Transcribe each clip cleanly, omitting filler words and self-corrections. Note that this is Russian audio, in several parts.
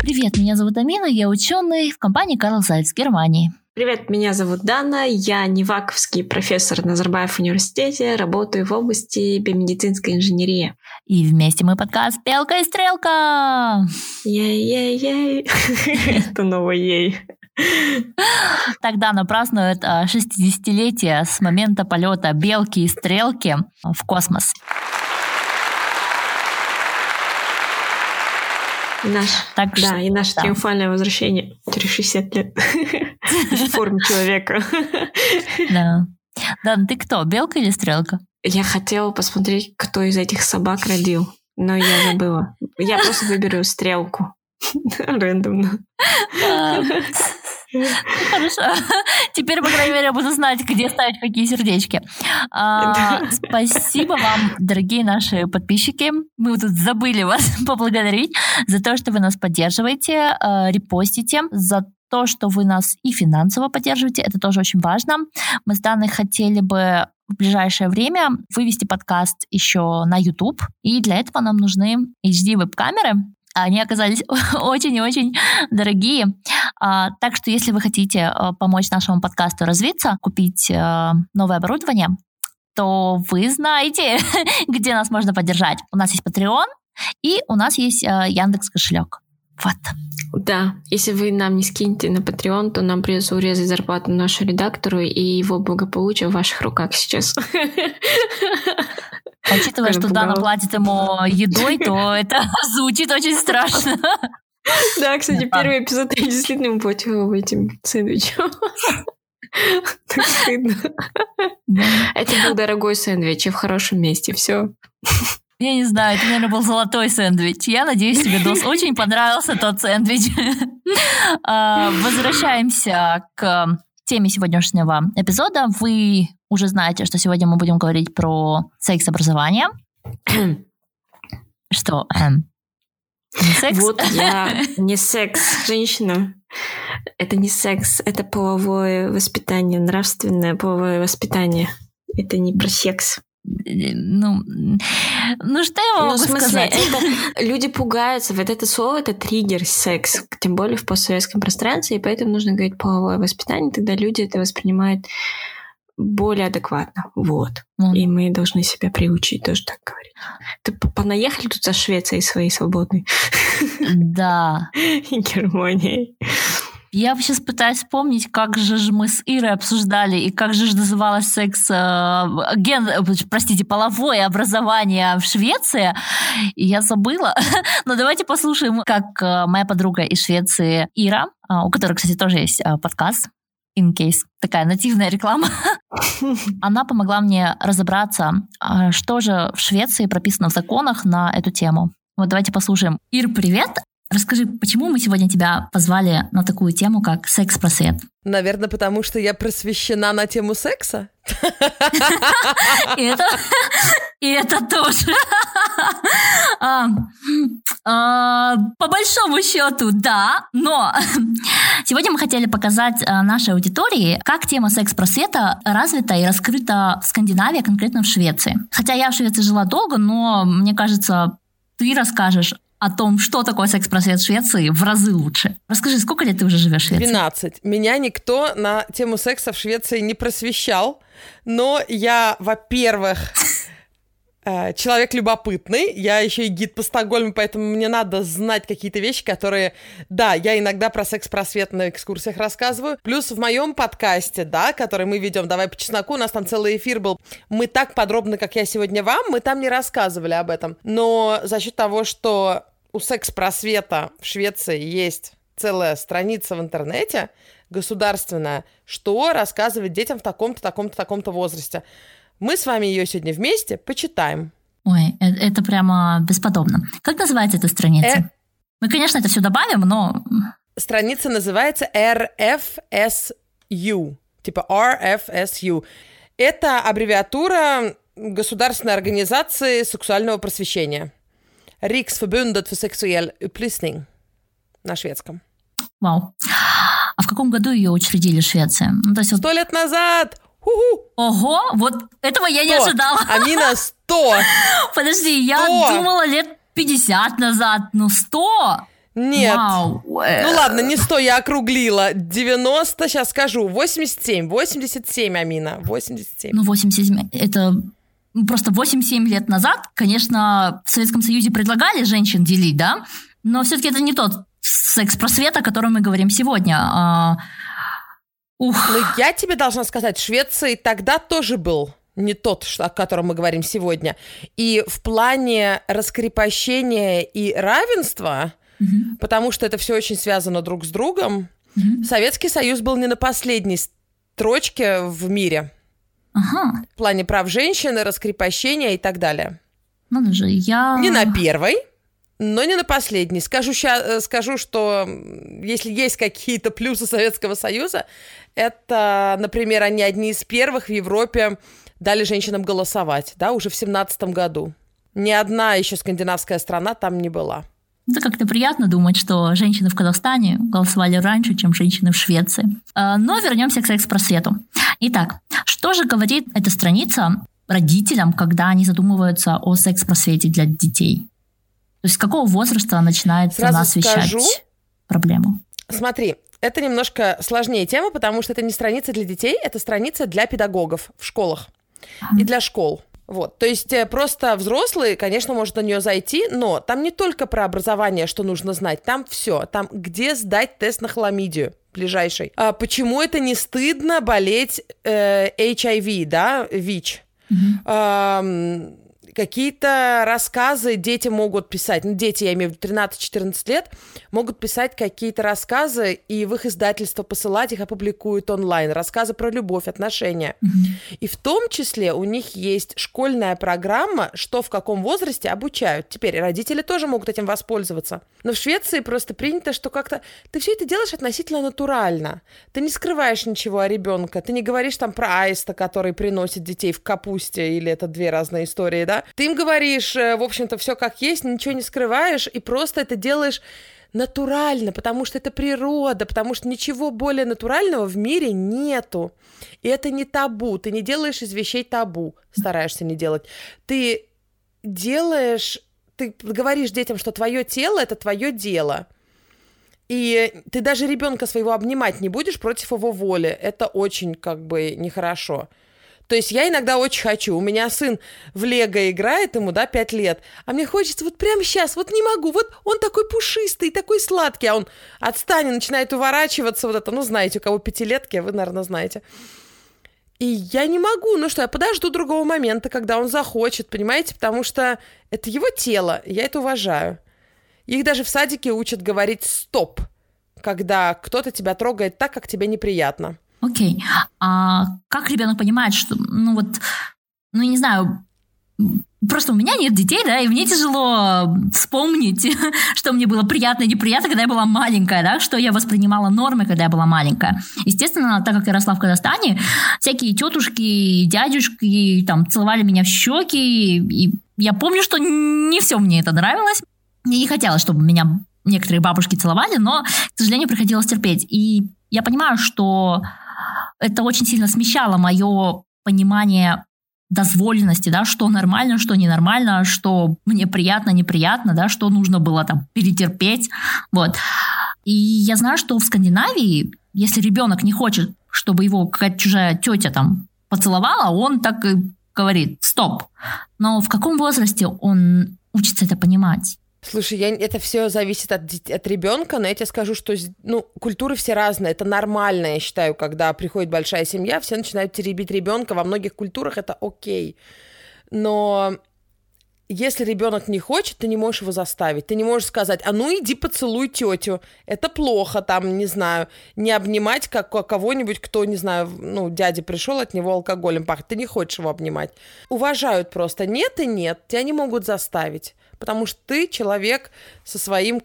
Привет, меня зовут Амина, я ученый в компании Carl Zeiss в Германии. Привет, меня зовут Дана, я неваковский профессор в Назарбаев университете, работаю в области биомедицинской инженерии. И вместе мы подкаст «Белка и стрелка». Ей-ей-ей. Это новое ей. Так Дана празднует 60-летие с момента полета белки и стрелки в космос. Наше триумфальное возвращение через 60 лет в форме человека. Да. Дан, ты кто, белка или стрелка? Я хотела посмотреть, кто из этих собак родил, но я забыла. Я просто выберу стрелку. Рандомно. Хорошо. Теперь, по крайней мере, я буду знать, где ставить какие сердечки. Спасибо вам, дорогие наши подписчики. Мы тут забыли вас поблагодарить за то, что вы нас поддерживаете, репостите, за то, что вы нас и финансово поддерживаете. Это тоже очень важно. Мы с Даной хотели бы в ближайшее время вывести подкаст еще на YouTube. И для этого нам нужны HD-веб-камеры. Они оказались очень и очень дорогие. Так что, если вы хотите помочь нашему подкасту развиться, купить новое оборудование, то вы знаете, где нас можно поддержать. У нас есть Patreon, и у нас есть Яндекс.Кошелек. Вот. Да, если вы нам не скинете на Patreon, то нам придется урезать зарплату нашему редактору, и его благополучие в ваших руках сейчас. Учитывая, что Дана платит ему едой, то это звучит очень страшно. Да, кстати, первый эпизод я действительно ему платила этим сэндвичем. Так стыдно. Это был дорогой сэндвич и в хорошем месте, все. Я не знаю, это, наверное, был золотой сэндвич. Я надеюсь, тебе, Дос, очень понравился тот сэндвич. Возвращаемся к теме сегодняшнего эпизода. Вы уже знаете, что сегодня мы будем говорить про секс-образование. Что? Не секс? Вот я не секс, женщина. Это не секс, это половое воспитание, нравственное половое воспитание. Это не про секс. Ну что я могу сказать? Люди пугаются. Вот это слово, это триггер, секс. Тем более в постсоветском пространстве. И поэтому нужно говорить половое воспитание. Тогда люди это воспринимают более адекватно. Вот. И мы должны себя приучить тоже так говорить. Ты понаехали тут за Швецией своей свободной? Да. И Германией. Я сейчас пытаюсь вспомнить, как же мы с Ирой обсуждали, и как же называлось половое образование в Швеции. И я забыла. Но давайте послушаем, как моя подруга из Швеции Ира, у которой, кстати, тоже есть подкаст, in case, такая нативная реклама, она помогла мне разобраться, что же в Швеции прописано в законах на эту тему. Вот давайте послушаем. Ир, привет! Расскажи, почему мы сегодня тебя позвали на такую тему, как секс-просвет? Наверное, потому что я просвещена на тему секса. И это тоже. По большому счету, да, но сегодня мы хотели показать нашей аудитории, как тема секс-просвета развита и раскрыта в Скандинавии, конкретно в Швеции. Хотя я в Швеции жила долго, но мне кажется, ты расскажешь о том, что такое секс-просвет в Швеции, в разы лучше. Расскажи, сколько лет ты уже живешь в Швеции? 12. Меня никто на тему секса в Швеции не просвещал, но я, во-первых, человек любопытный, я еще и гид по Стокгольму, поэтому мне надо знать какие-то вещи, которые... Да, я иногда про секс-просвет на экскурсиях рассказываю. Плюс в моем подкасте, да, который мы ведем «Давай по чесноку», у нас там целый эфир был. Мы так подробно, как я сегодня вам, мы там не рассказывали об этом. Но за счет того, что у секс-просвета в Швеции есть целая страница в интернете государственная, что рассказывать детям в таком-то, таком-то, таком-то возрасте. Мы с вами ее сегодня вместе почитаем. Ой, это прямо бесподобно. Как называется эта страница? Мы, конечно, это все добавим, но... Страница называется RFSU. Типа RFSU. Это аббревиатура Государственной организации сексуального просвещения. Riksförbundet för sexuell upplysning на шведском. Вау. А в каком году ее учредили в Швеции? 100 лет назад! Ху-ху. Ого, вот этого я не ожидала. Амина, 100! Подожди, я думала лет 50 назад, 100? Нет. Вау. Ну ладно, не 100, я округлила. 90, сейчас скажу. 87, Амина. 87. Ну, 87, это просто 8-7 лет назад, конечно, в Советском Союзе предлагали женщин делить, да, но все-таки это не тот секс-просвет, о котором мы говорим сегодня. Ну, я тебе должна сказать, в Швеции тогда тоже был не тот, о котором мы говорим сегодня. И в плане раскрепощения и равенства, потому что это все очень связано друг с другом, Советский Союз был не на последней строчке в мире. В плане прав женщины, раскрепощения и так далее. Надо же, Не на первой, но не на последней. Скажу, что если есть какие-то плюсы Советского Союза, это, например, они одни из первых в Европе дали женщинам голосовать, да, уже в 17 году. Ни одна еще скандинавская страна там не была. Это как-то приятно думать, что женщины в Казахстане голосовали раньше, чем женщины в Швеции. Но вернемся к секс-просвету. Итак, что же говорит эта страница родителям, когда они задумываются о секс-просвете для детей? То есть с какого возраста начинается она освещать проблему? Смотри, это немножко сложнее тема, потому что это не страница для детей, это страница для педагогов в школах и для школ. Вот, то есть просто взрослый, конечно, может на нее зайти, но там не только про образование, что нужно знать, там все, там где сдать тест на хламидию ближайший. Почему это не стыдно болеть HIV, да, ВИЧ? Какие-то рассказы дети могут писать, ну, дети, я имею в виду 13-14 лет, могут писать какие-то рассказы и в их издательство посылать, их опубликуют онлайн, рассказы про любовь, отношения. И в том числе у них есть школьная программа, что в каком возрасте обучают. Теперь родители тоже могут этим воспользоваться. Но в Швеции просто принято, что как-то ты все это делаешь относительно натурально. Ты не скрываешь ничего о ребенке, ты не говоришь там про аиста, который приносит детей в капусте, или это две разные истории, да? Ты им говоришь, в общем-то, все как есть, ничего не скрываешь, и просто это делаешь натурально, потому что это природа, потому что ничего более натурального в мире нету. И это не табу, ты не делаешь из вещей табу, стараешься не делать. Ты говоришь детям, что твое тело – это твое дело. И ты даже ребенка своего обнимать не будешь против его воли. Это очень, нехорошо. То есть я иногда очень хочу. У меня сын в лего играет, ему, 5 лет. А мне хочется вот прямо сейчас, вот не могу. Вот он такой пушистый, такой сладкий. А он отстанет, начинает уворачиваться. Вот это, знаете, у кого 5-летки, вы, наверное, знаете. И я не могу. Я подожду другого момента, когда он захочет, понимаете? Потому что это его тело, я это уважаю. Их даже в садике учат говорить «стоп», когда кто-то тебя трогает так, как тебе неприятно. Окей. А как ребенок понимает, что, я не знаю, просто у меня нет детей, да, и мне тяжело вспомнить, что мне было приятно и неприятно, когда я была маленькая, да, что я воспринимала нормой, когда я была маленькая. Естественно, так как я росла в Казахстане, всякие тетушки, дядюшки там целовали меня в щеки, и я помню, что не все мне это нравилось. Мне не хотелось, чтобы меня некоторые бабушки целовали, но, к сожалению, приходилось терпеть. И я понимаю, что это очень сильно смещало мое понимание дозволенности, да, что нормально, что ненормально, что мне приятно, неприятно, да, что нужно было там перетерпеть. Вот. И я знаю, что в Скандинавии, если ребенок не хочет, чтобы его какая-то чужая тетя там поцеловала, он так и говорит «стоп». Но в каком возрасте он учится это понимать? Слушай, это все зависит от ребенка, но я тебе скажу, что культуры все разные. Это нормально, я считаю, когда приходит большая семья, все начинают теребить ребенка. Во многих культурах это окей. Но если ребенок не хочет, ты не можешь его заставить. Ты не можешь сказать: иди поцелуй тетю. Это плохо, там, не знаю, не обнимать кого-нибудь, кто, не знаю, дядя пришел, от него алкоголем пахнет. Ты не хочешь его обнимать. Уважают просто. Нет и нет. Тебя не могут заставить. Потому что ты человек со своим,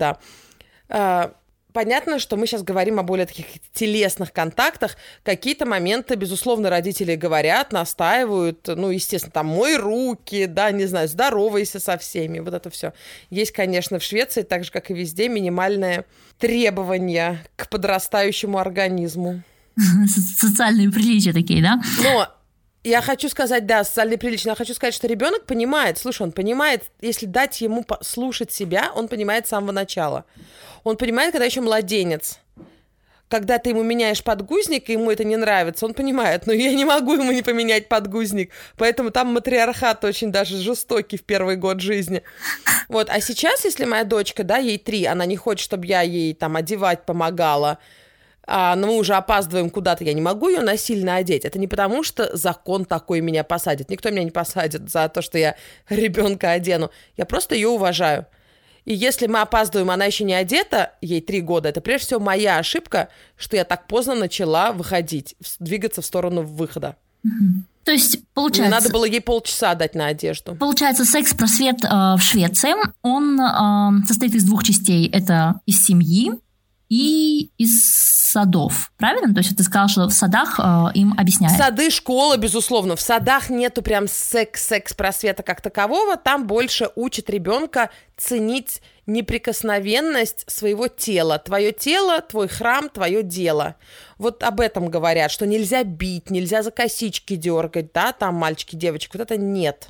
понятно, что мы сейчас говорим о более таких телесных контактах. Какие-то моменты, безусловно, родители говорят, настаивают. Естественно, там, мой руки, не знаю, здоровайся со всеми. Вот это все. Есть, конечно, в Швеции, так же, как и везде, минимальные требования к подрастающему организму. Социальные приличия такие, да? Но Я хочу сказать, да, социально прилично. Я хочу сказать, что ребенок понимает, слушай, он понимает, если дать ему слушать себя, он понимает с самого начала. Он понимает, когда еще младенец. Когда ты ему меняешь подгузник, и ему это не нравится, он понимает, но я не могу ему не поменять подгузник. Поэтому там матриархат очень даже жестокий в первый год жизни. Вот. А сейчас, если моя дочка, да, ей 3, она не хочет, чтобы я ей там одевать помогала, но мы уже опаздываем куда-то, я не могу ее насильно одеть. Это не потому, что закон такой меня посадит. Никто меня не посадит за то, что я ребенка одену. Я просто ее уважаю. И если мы опаздываем, она еще не одета, ей 3 года, это прежде всего моя ошибка, что я так поздно начала выходить, двигаться в сторону выхода. То есть, получается... Мне надо было ей полчаса дать на одежду. Получается, секс-просвет в Швеции, он состоит из 2 частей. Это из семьи и из садов, правильно? То есть ты сказала, что в садах им объясняют. Сады, школы, безусловно. В садах нету прям секс-просвета как такового. Там больше учат ребенка ценить неприкосновенность своего тела. Твое тело, твой храм, твое дело. Вот об этом говорят, что нельзя бить, нельзя за косички дергать, да, там мальчики, девочки. Вот это нет.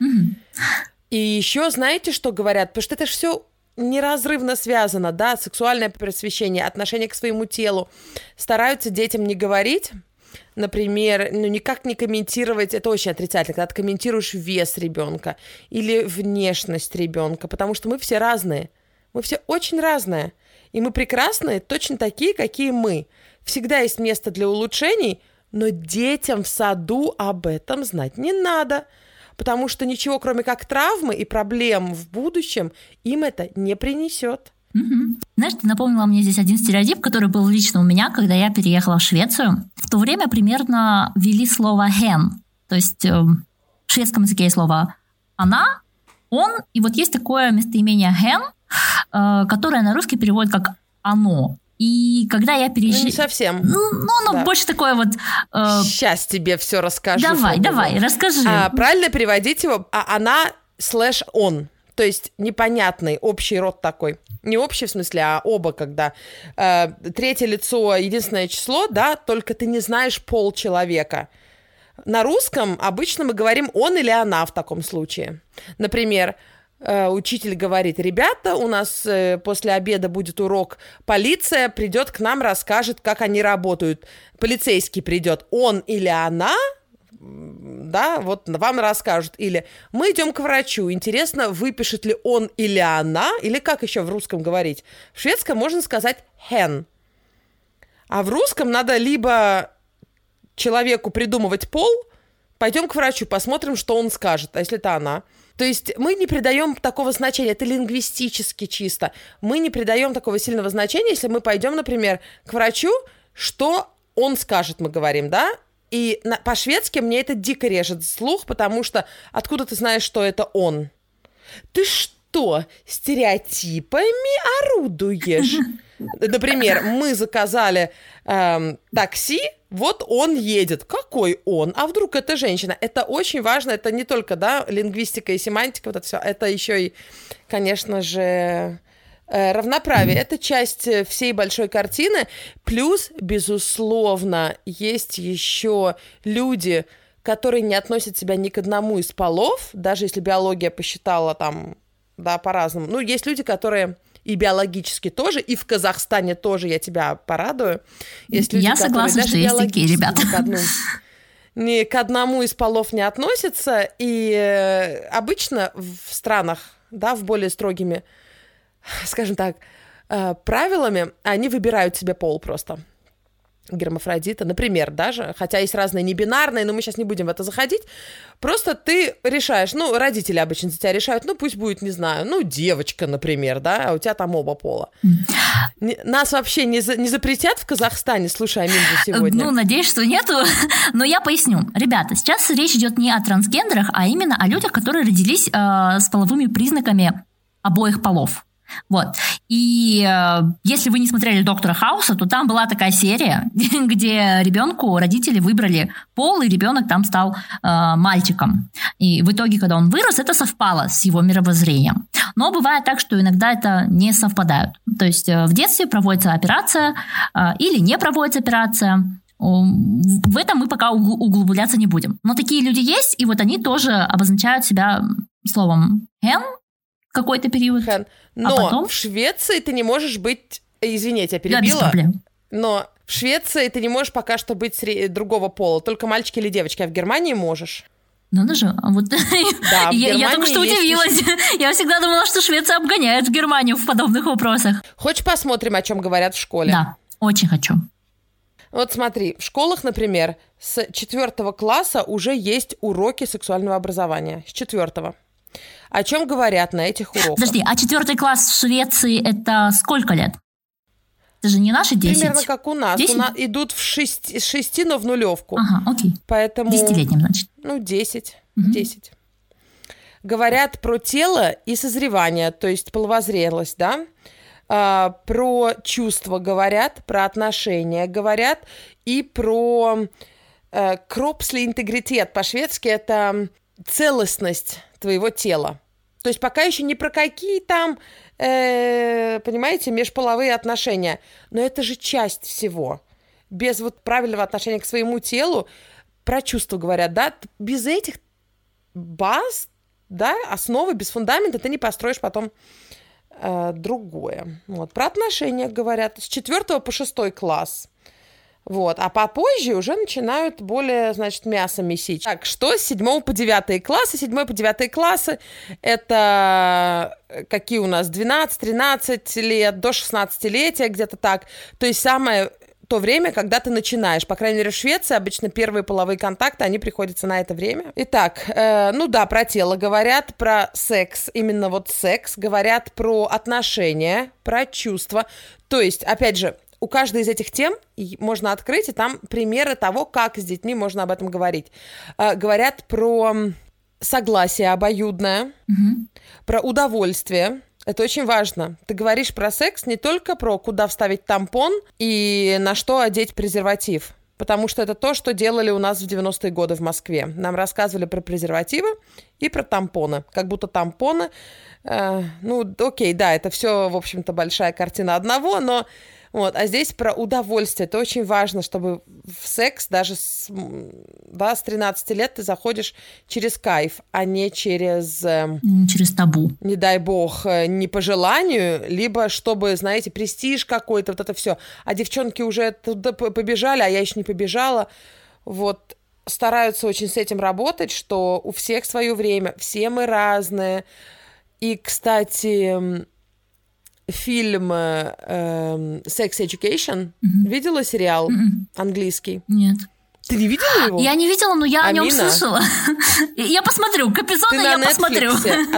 И еще знаете, что говорят? Потому что это же все неразрывно связано, да, сексуальное просвещение, отношение к своему телу. Стараются детям не говорить, например, никак не комментировать, это очень отрицательно, когда ты комментируешь вес ребенка или внешность ребенка, потому что мы все разные, мы все очень разные, и мы прекрасные, точно такие, какие мы. Всегда есть место для улучшений, но детям в саду об этом знать не надо. Потому что ничего, кроме как травмы и проблем в будущем, им это не принесет. Знаешь, ты напомнила мне здесь один стереотип, который был лично у меня, когда я переехала в Швецию. В то время примерно ввели слово «hen». То есть в шведском языке есть слово «она», «он», и вот есть такое местоимение «hen», которое на русский переводит как «оно». И когда я переезжала... Не совсем. Оно да. Больше такое вот... Сейчас тебе все расскажу. Давай, расскажи. Правильно переводить его /он. То есть непонятный общий род такой. Не общий в смысле, а оба, когда третье лицо, единственное число, да, только ты не знаешь пол человека. На русском обычно мы говорим «он» или «она» в таком случае. Например, учитель говорит: ребята, у нас после обеда будет урок, полиция придет к нам, расскажет, как они работают. Полицейский придет, он или она, да, вот вам расскажут. Или мы идем к врачу, интересно, выпишет ли он или она, или как еще в русском говорить? В шведском можно сказать hen. А в русском надо либо человеку придумывать пол, пойдем к врачу, посмотрим, что он скажет, а если это она. То есть мы не придаем такого значения, это лингвистически чисто. Мы не придаем такого сильного значения, если мы пойдем, например, к врачу, что он скажет, мы говорим, да? И по-шведски мне это дико режет слух, потому что откуда ты знаешь, что это он? Ты что, стереотипами орудуешь? Например, мы заказали такси, вот он едет. Какой он? А вдруг это женщина? Это очень важно. Это не только, да, лингвистика и семантика, вот это все. Это еще и, конечно же, равноправие. Это часть всей большой картины. Плюс, безусловно, есть еще люди, которые не относят себя ни к одному из полов, даже если биология посчитала там, да, по-разному. Ну, есть люди, которые... И биологически тоже, и в Казахстане тоже, я тебя порадую. Есть люди, я согласна, что есть такие ребята. Ни к одному из полов не относятся. И обычно в странах, да, в более строгими, скажем так, правилами, они выбирают себе пол просто. Гермафродита, например, даже, хотя есть разные небинарные, но мы сейчас не будем в это заходить, просто ты решаешь, ну, родители обычно за тебя решают, ну, пусть будет, не знаю, ну, девочка, например, да, а у тебя там оба пола. Нас вообще не запретят в Казахстане, слушай, Амин, же сегодня? Ну, надеюсь, что нету, но я поясню. Ребята, сейчас речь идет не о трансгендерах, а именно о людях, которые родились с половыми признаками обоих полов. Вот. И если вы не смотрели «Доктора Хауса», то там была такая серия, где ребенку родители выбрали пол, и ребенок там стал мальчиком. И в итоге, когда он вырос, это совпало с его мировоззрением. Но бывает так, что иногда это не совпадает. То есть в детстве проводится операция или не проводится операция. В этом мы пока углубляться не будем. Но такие люди есть, и вот они тоже обозначают себя словом «hen» какой-то период. Hen. Но потом... в Швеции ты не можешь быть... Извините, я перебила. Да, без проблем. Но в Швеции ты не можешь пока что быть другого пола. Только мальчики или девочки. А в Германии можешь. Надо же. Вот. Да, я только что удивилась. Я всегда думала, что Швеция обгоняет Германию в подобных вопросах. Хочешь посмотрим, о чем говорят в школе? Да, очень хочу. Вот смотри, в школах, например, с 4 класса уже есть уроки сексуального образования. С 4. О чем говорят на этих уроках? Подожди, а 4 класс в Швеции это сколько лет? Это же не наши 10? Примерно как у нас. 10? У нас идут с 6, но в нулевку. Ага, окей. Поэтому... 10-летним, значит. 10. Угу. 10. Говорят про тело и созревание, то есть половозрелость, да? Про чувства говорят, про отношения говорят и про kroppslig integritet. По-шведски это целостность твоего тела. То есть пока еще не про какие там, понимаете, межполовые отношения. Но это же часть всего. Без вот правильного отношения к своему телу про чувства говорят, да? Без этих баз, да, основы, без фундамента ты не построишь потом другое. Вот. Про отношения говорят с 4 по 6 класс. Вот. А попозже уже начинают более, значит, мясо месить. Так, что с 7 по 9 классы? 7 по 9 классы – это какие у нас? 12-13 лет, до 16-летия, где-то так. То есть самое то время, когда ты начинаешь. По крайней мере, в Швеции обычно первые половые контакты, они приходятся на это время. Итак, про тело говорят, про секс, именно вот секс, говорят про отношения, про чувства. То есть, опять же, у каждой из этих тем можно открыть, и там примеры того, как с детьми можно об этом говорить. Говорят про согласие обоюдное, про удовольствие. Это очень важно. Ты говоришь про секс не только про куда вставить тампон и на что одеть презерватив. Потому что это то, что делали у нас в 90-е годы в Москве. Нам рассказывали про презервативы и про тампоны. Как будто тампоны... окей, да, это все, в общем-то, большая картина одного, но... Вот, а здесь про удовольствие. Это очень важно, чтобы в секс даже с 13 лет ты заходишь через кайф, а не через... Через табу. Не дай бог, не по желанию, либо чтобы, знаете, престиж какой-то, вот это все. А девчонки уже туда побежали, а я еще не побежала. Вот, стараются очень с этим работать, что у всех свое время, все мы разные. И, кстати... Фильм Sex Education. Видела сериал английский? Нет. Ты не видела его? Я не видела, но я о нем слышала. Я посмотрю, к эпизоду я посмотрю. Ты на Netflix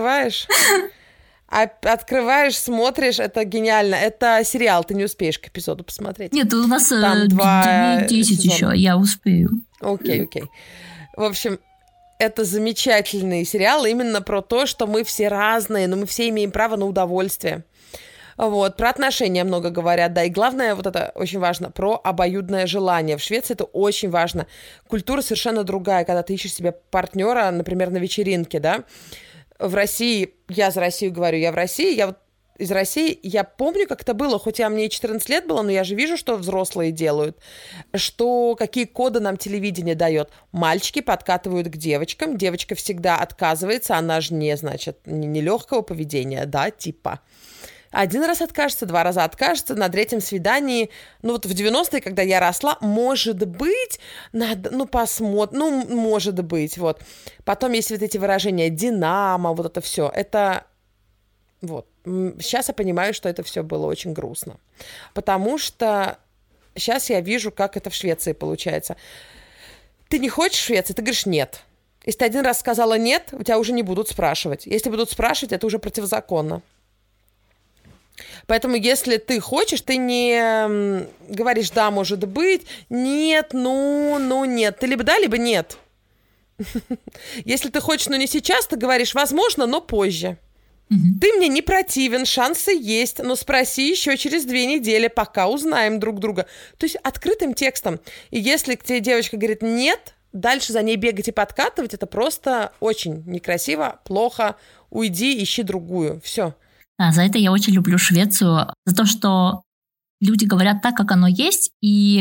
открываешь, смотришь, это гениально. Это сериал, ты не успеешь к эпизоду посмотреть. Нет, у нас там 10 еще, я успею. Окей. В общем... Это замечательный сериал именно про то, что мы все разные, но мы все имеем право на удовольствие. Вот, про отношения много говорят, да, и главное, вот это очень важно, про обоюдное желание. В Швеции это очень важно. Культура совершенно другая, когда ты ищешь себе партнера, например, на вечеринке, да. В России, я за Россию говорю, я в России, из России, я помню, как это было, хоть мне и 14 лет было, но я же вижу, что взрослые делают, что какие коды нам телевидение дает. Мальчики подкатывают к девочкам, девочка всегда отказывается, она же не, значит, не легкого поведения, да, типа. 1 раз откажется, 2 раза откажется, на 3-м свидании, вот в 90-е, когда я росла, может быть, надо, посмотрим, может быть, вот. Потом есть вот эти выражения «динамо», вот это все, это... Вот. Сейчас я понимаю, что это все было очень грустно. Потому что сейчас я вижу, как это в Швеции получается. Ты не хочешь в Швеции? Ты говоришь «нет». Если ты 1 раз сказала «нет», у тебя уже не будут спрашивать. Если будут спрашивать, это уже противозаконно. Поэтому если ты хочешь, ты не говоришь «да, может быть», «нет», «нет». Ты либо «да», либо «нет». Если ты хочешь, но не сейчас, ты говоришь «возможно, но позже». Ты мне не противен, шансы есть, но спроси еще через 2 недели, пока узнаем друг друга. То есть открытым текстом. И если к тебе девочка говорит «нет», дальше за ней бегать и подкатывать, это просто очень некрасиво, плохо. Уйди, ищи другую. Все. Да, за это я очень люблю Швецию. За то, что люди говорят так, как оно есть, и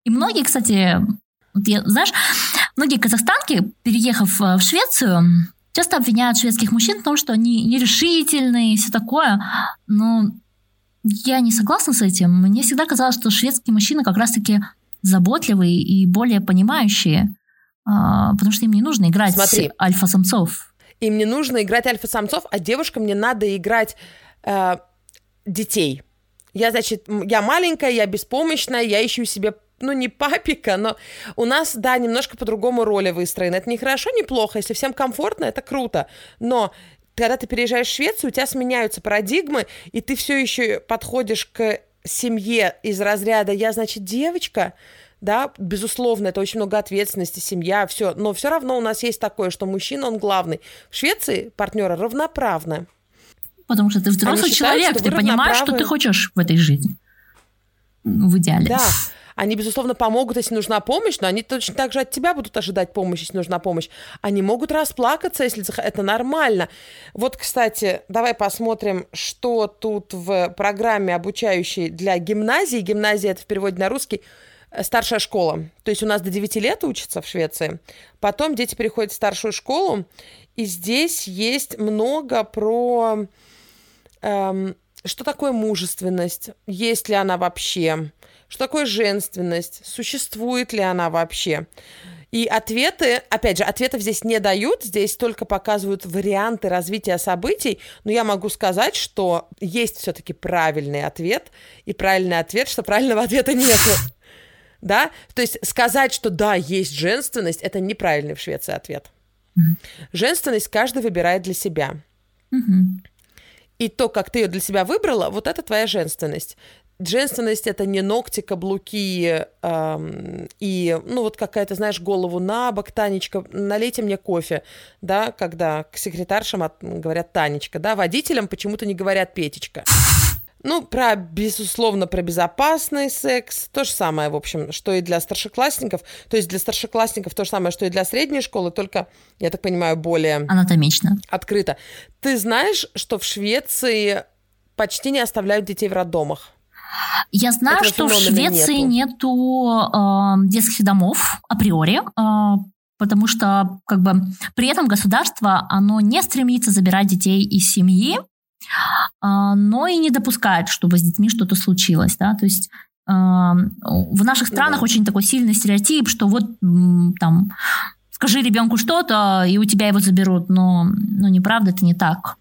И многие, кстати, знаешь, многие казахстанки, переехав в Швецию, часто обвиняют шведских мужчин в том, что они нерешительные и все такое. Но я не согласна с этим. Мне всегда казалось, что шведские мужчины как раз-таки заботливые и более понимающие, потому что им не нужно играть с альфа-самцов. Им не нужно играть альфа-самцов, а девушкам не надо играть детей. Я маленькая, я беспомощная, я ищу себе, не папика, но у нас, да, немножко по-другому роли выстроены. Это не хорошо, не плохо. Если всем комфортно, это круто. Но когда ты переезжаешь в Швецию, у тебя сменяются парадигмы, и ты все еще подходишь к семье из разряда «я, значит, девочка», да, безусловно, это очень много ответственности, семья, все, но все равно у нас есть такое, что мужчина, он главный. В Швеции партнеры равноправны. Потому что ты взрослый человек, ты понимаешь, что ты хочешь в этой жизни. В идеале. Да. Они, безусловно, помогут, если нужна помощь, но они точно так же от тебя будут ожидать помощи, если нужна помощь. Они могут расплакаться, если это нормально. Вот, кстати, давай посмотрим, что тут в программе, обучающей для гимназии. Гимназия — это в переводе на русский старшая школа. То есть у нас до 9 лет учатся в Швеции. Потом дети переходят в старшую школу. И здесь есть много про... что такое мужественность? Есть ли она вообще? Что такое женственность? Существует ли она вообще? И ответы, опять же, ответов здесь не дают, здесь только показывают варианты развития событий, но я могу сказать, что есть все-таки правильный ответ, и правильный ответ, что правильного ответа нет. Да? То есть сказать, что да, есть женственность, это неправильный в Швеции ответ. Женственность каждый выбирает для себя. И то, как ты ее для себя выбрала, вот это твоя женственность. Женственность — это не ногти, каблуки и, вот какая-то, знаешь, голову на бок, Танечка, налейте мне кофе, да, когда к секретаршам говорят Танечка, да, водителям почему-то не говорят Петечка. Безусловно, про безопасный секс, то же самое, в общем, что и для старшеклассников, то есть для старшеклассников то же самое, что и для средней школы, только, я так понимаю, более... анатомично. Открыто. Ты знаешь, что в Швеции почти не оставляют детей в роддомах? Я знаю, что в Швеции нету детских домов априори, потому что при этом государство, оно не стремится забирать детей из семьи, но и не допускает, чтобы с детьми что-то случилось, да, то есть в наших странах очень такой сильный стереотип, что вот там скажи ребенку что-то, и у тебя его заберут, но неправда, это не так.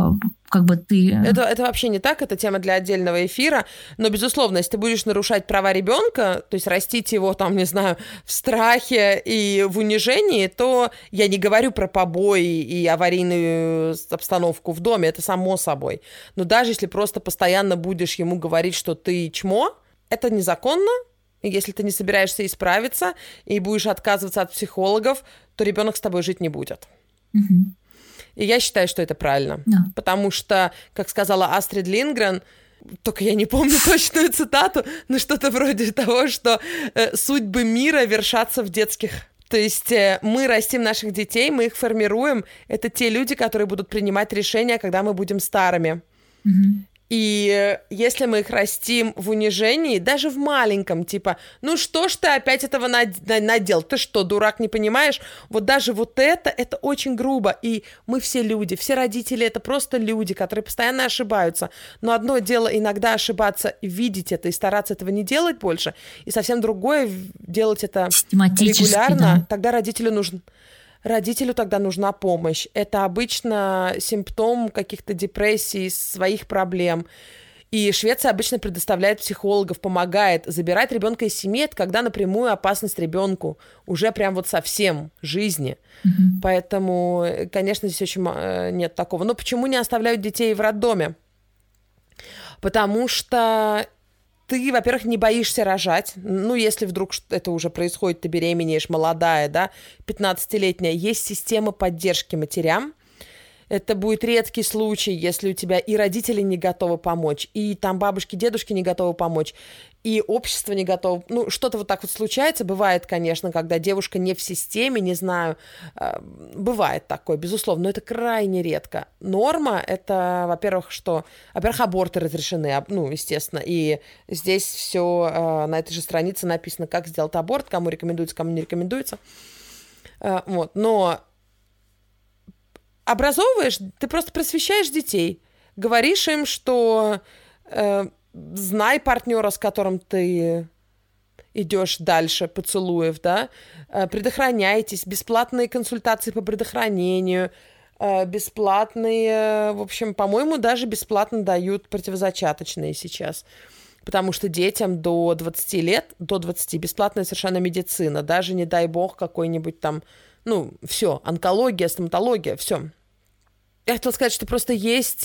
Это вообще не так, это тема для отдельного эфира, но, безусловно, если ты будешь нарушать права ребенка, то есть растить его, в страхе и в унижении, то я не говорю про побои и аварийную обстановку в доме, это само собой. Но даже если просто постоянно будешь ему говорить, что ты чмо, это незаконно. И если ты не собираешься исправиться и будешь отказываться от психологов, то ребенок с тобой жить не будет. И я считаю, что это правильно. Да. Потому что, как сказала Астрид Линдгрен, только я не помню точную цитату, но что-то вроде того, что судьбы мира вершатся в детских. То есть мы растим наших детей, мы их формируем. Это те люди, которые будут принимать решения, когда мы будем старыми. И если мы их растим в унижении, даже в маленьком, что ж ты опять этого надел? Ты что, дурак, не понимаешь? Вот даже вот это очень грубо. И мы все люди, все родители — это просто люди, которые постоянно ошибаются. Но одно дело иногда ошибаться, видеть это и стараться этого не делать больше, и совсем другое делать это регулярно. Да. Тогда Родителю тогда нужна помощь. Это обычно симптом каких-то депрессий, своих проблем. И Швеция обычно предоставляет психологов, помогает. Забирать ребенка из семьи — это когда напрямую опасность ребенку. Уже прям вот совсем жизни. Поэтому, конечно, здесь очень нет такого. Но почему не оставляют детей в роддоме? Потому что... Ты, во-первых, не боишься рожать. Если вдруг это уже происходит, ты беременеешь, молодая, да, 15-летняя. Есть система поддержки матерям. Это будет редкий случай, если у тебя и родители не готовы помочь, и там бабушки, дедушки не готовы помочь, и общество не готово. Ну, что-то вот так вот случается. Бывает, конечно, когда девушка не в системе, не знаю. Бывает такое, безусловно, но это крайне редко. Норма — это, во-первых, аборты разрешены, ну, естественно. И здесь все на этой же странице написано, как сделать аборт, кому рекомендуется, кому не рекомендуется. Вот. Но образовываешь, ты просто просвещаешь детей. Говоришь им, что... знай партнера, с которым ты идешь дальше поцелуев, да, предохраняйтесь, бесплатные консультации по предохранению, бесплатные, в общем, по-моему, даже бесплатно дают противозачаточные сейчас, потому что детям до 20 лет, до 20, бесплатная совершенно медицина, даже, не дай бог, какой-нибудь там, ну, все, онкология, стоматология, все. Я хотела сказать, что просто есть...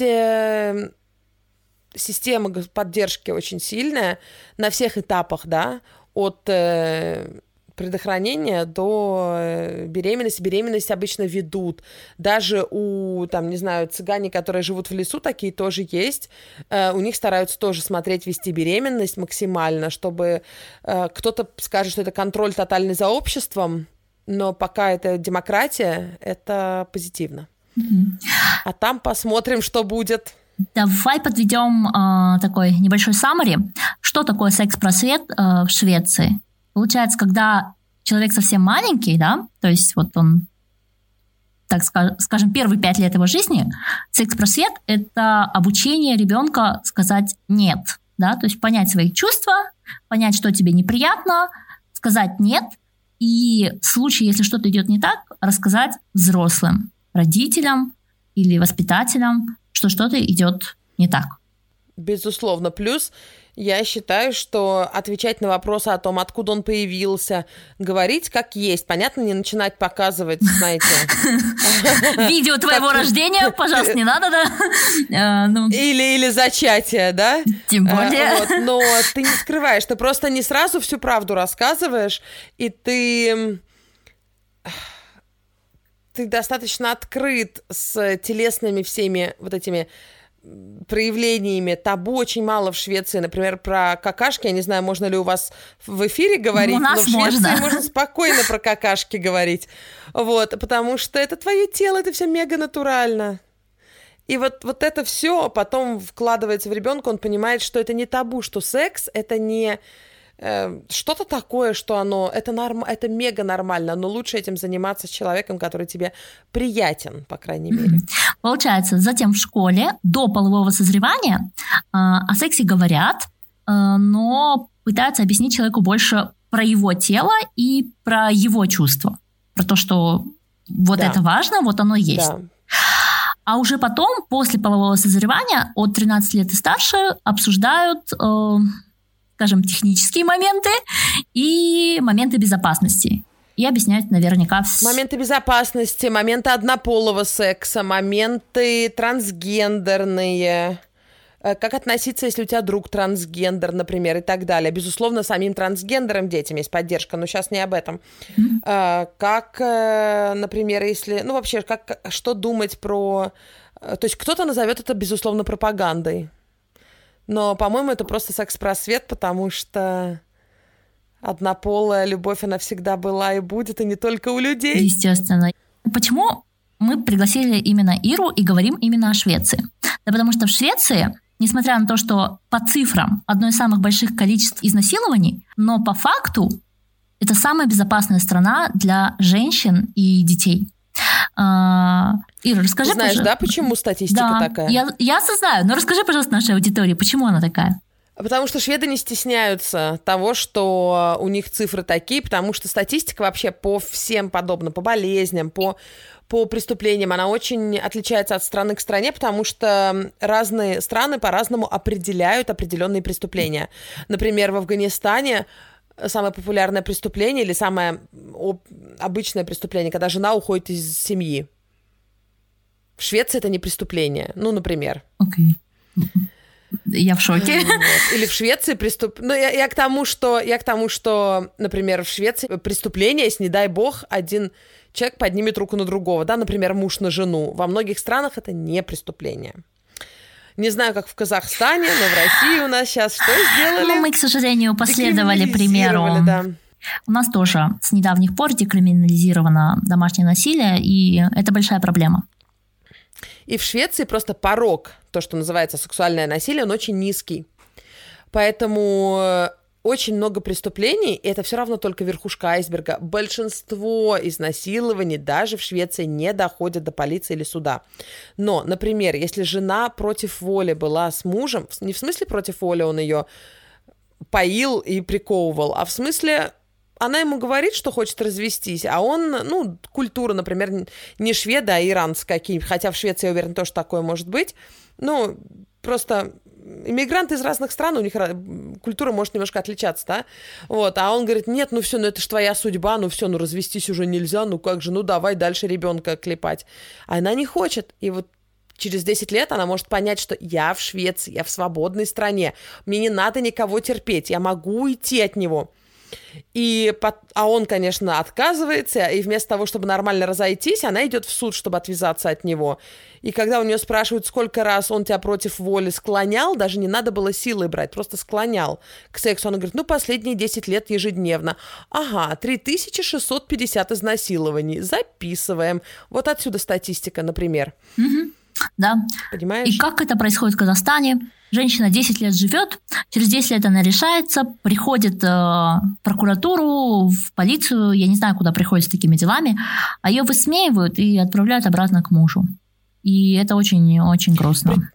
система поддержки очень сильная на всех этапах, да, от предохранения до беременности. Беременность обычно ведут. Даже у, там, не знаю, цыгане, которые живут в лесу, такие тоже есть. У них стараются тоже смотреть, вести беременность максимально, чтобы кто-то скажет, что это контроль тотальный за обществом, но пока это демократия, это позитивно. А там посмотрим, что будет. Давай подведем такой небольшой саммари. Что такое секс-просвет в Швеции? Получается, когда человек совсем маленький, да, то есть вот он, так скажем, первые 5 лет его жизни, секс-просвет – это обучение ребенка сказать «нет», да, то есть понять свои чувства, понять, что тебе неприятно, сказать «нет», и в случае, если что-то идет не так, рассказать взрослым, родителям или воспитателям, что что-то идет не так. Безусловно. Плюс я считаю, что отвечать на вопросы о том, откуда он появился, говорить как есть. Понятно, не начинать показывать, знаете... Видео твоего рождения, пожалуйста, не надо, да? Или зачатие, да? Тем более. Но ты не скрываешь, ты просто не сразу всю правду рассказываешь, и ты достаточно открыт с телесными всеми вот этими проявлениями. Табу очень мало в Швеции. Например, про какашки. Я не знаю, можно ли у вас в эфире говорить, но в Швеции можно спокойно про какашки говорить. Вот, потому что это твое тело, это все мега натурально. И вот это все потом вкладывается в ребенка, он понимает, что это не табу, что секс — это не... что-то такое, что это мега нормально, но лучше этим заниматься с человеком, который тебе приятен, по крайней мере. Получается, затем в школе до полового созревания о сексе говорят, но пытаются объяснить человеку больше про его тело и про его чувства, про то, что вот это важно, вот оно есть. Да. А уже потом, после полового созревания, от 13 лет и старше, обсуждают... скажем, технические моменты и моменты безопасности. И объясняют наверняка... Моменты безопасности, моменты однополого секса, моменты трансгендерные. Как относиться, если у тебя друг трансгендер, например, и так далее. Безусловно, самим трансгендерам детям есть поддержка, но сейчас не об этом. Как, например, если... Ну, вообще, что думать про... То есть кто-то назовет это, безусловно, пропагандой. Но, по-моему, это просто секс-просвет, потому что однополая любовь, она всегда была и будет, и не только у людей. Естественно. Почему мы пригласили именно Иру и говорим именно о Швеции? Да потому что в Швеции, несмотря на то, что по цифрам одно из самых больших количеств изнасилований, но по факту это самая безопасная страна для женщин и детей. Ира, расскажи, знаешь, пожалуйста. Да, почему статистика такая? Я знаю, но расскажи, пожалуйста, нашей аудитории, почему она такая? Потому что шведы не стесняются того, что у них цифры такие, потому что статистика вообще по всем подобным, по болезням, по преступлениям, она очень отличается от страны к стране, потому что разные страны по-разному определяют определенные преступления. Например, в Афганистане самое популярное преступление или самое обычное преступление, когда жена уходит из семьи. В Швеции это не преступление. Ну, например. Я в шоке. Или в Швеции Ну, я к тому, что, например, в Швеции преступление, если, не дай бог, один человек поднимет руку на другого, да, например, муж на жену. Во многих странах это не преступление. Не знаю, как в Казахстане, но в России у нас сейчас что сделали? Ну, мы, к сожалению, последовали примеру. Да. У нас тоже с недавних пор декриминализировано домашнее насилие, и это большая проблема. И в Швеции просто порог, то, что называется сексуальное насилие, он очень низкий. Поэтому очень много преступлений, и это все равно только верхушка айсберга. Большинство изнасилований даже в Швеции не доходят до полиции или суда. Но, например, если жена против воли была с мужем, не в смысле против воли он ее поил и приковывал, а в смысле она ему говорит, что хочет развестись, а он, культура, например, не шведа, а иранская, хотя в Швеции, я уверена, тоже такое может быть, просто иммигранты из разных стран, у них культура может немножко отличаться, да, а он говорит, нет, все, это ж твоя судьба, все, развестись уже нельзя, как же, давай дальше ребенка клепать. А она не хочет, и вот через 10 лет она может понять, что я в Швеции, я в свободной стране, мне не надо никого терпеть, я могу уйти от него. А он, конечно, отказывается, и вместо того, чтобы нормально разойтись, она идет в суд, чтобы отвязаться от него. И когда у нее спрашивают, сколько раз он тебя против воли склонял, даже не надо было силой брать, просто склонял к сексу. Она говорит, последние 10 лет ежедневно. Ага, 3650 изнасилований. Записываем. Вот отсюда статистика, например. Угу. Да. Понимаешь? И как это происходит в Казахстане? Женщина 10 лет живет, через 10 лет она решается, приходит в прокуратуру, в полицию, я не знаю, куда приходит с такими делами, а ее высмеивают и отправляют обратно к мужу. И это очень-очень грустно.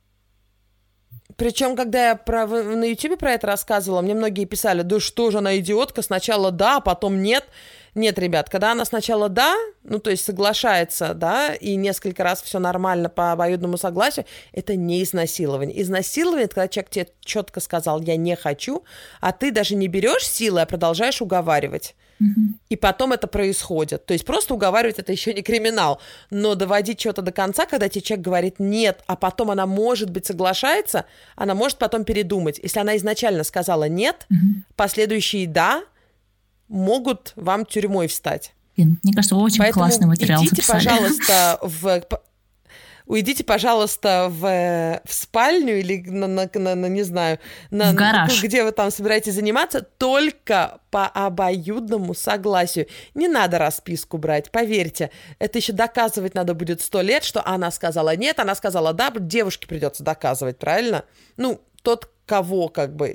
Причем, когда я на Ютубе про это рассказывала, мне многие писали, да что же она идиотка, сначала да, а потом нет. Нет, ребят, когда она сначала да, то есть соглашается, да, и несколько раз все нормально по обоюдному согласию, это не изнасилование. Изнасилование, это когда человек тебе четко сказал, я не хочу, а ты даже не берешь силы, а продолжаешь уговаривать. И потом это происходит. То есть просто уговаривать это еще не криминал. Но доводить что-то до конца, когда тебе человек говорит нет, а потом она, может быть, соглашается, она может потом передумать. Если она изначально сказала нет, последующие да могут вам тюрьмой встать. Мне кажется, вы очень классный материал записали. Уйдите, пожалуйста, в спальню или не знаю, в гараж, где вы там собираетесь заниматься, только по обоюдному согласию. Не надо расписку брать, поверьте. Это еще доказывать надо будет 100 лет, что она сказала нет, она сказала да, девушке придется доказывать, правильно? Тот, кого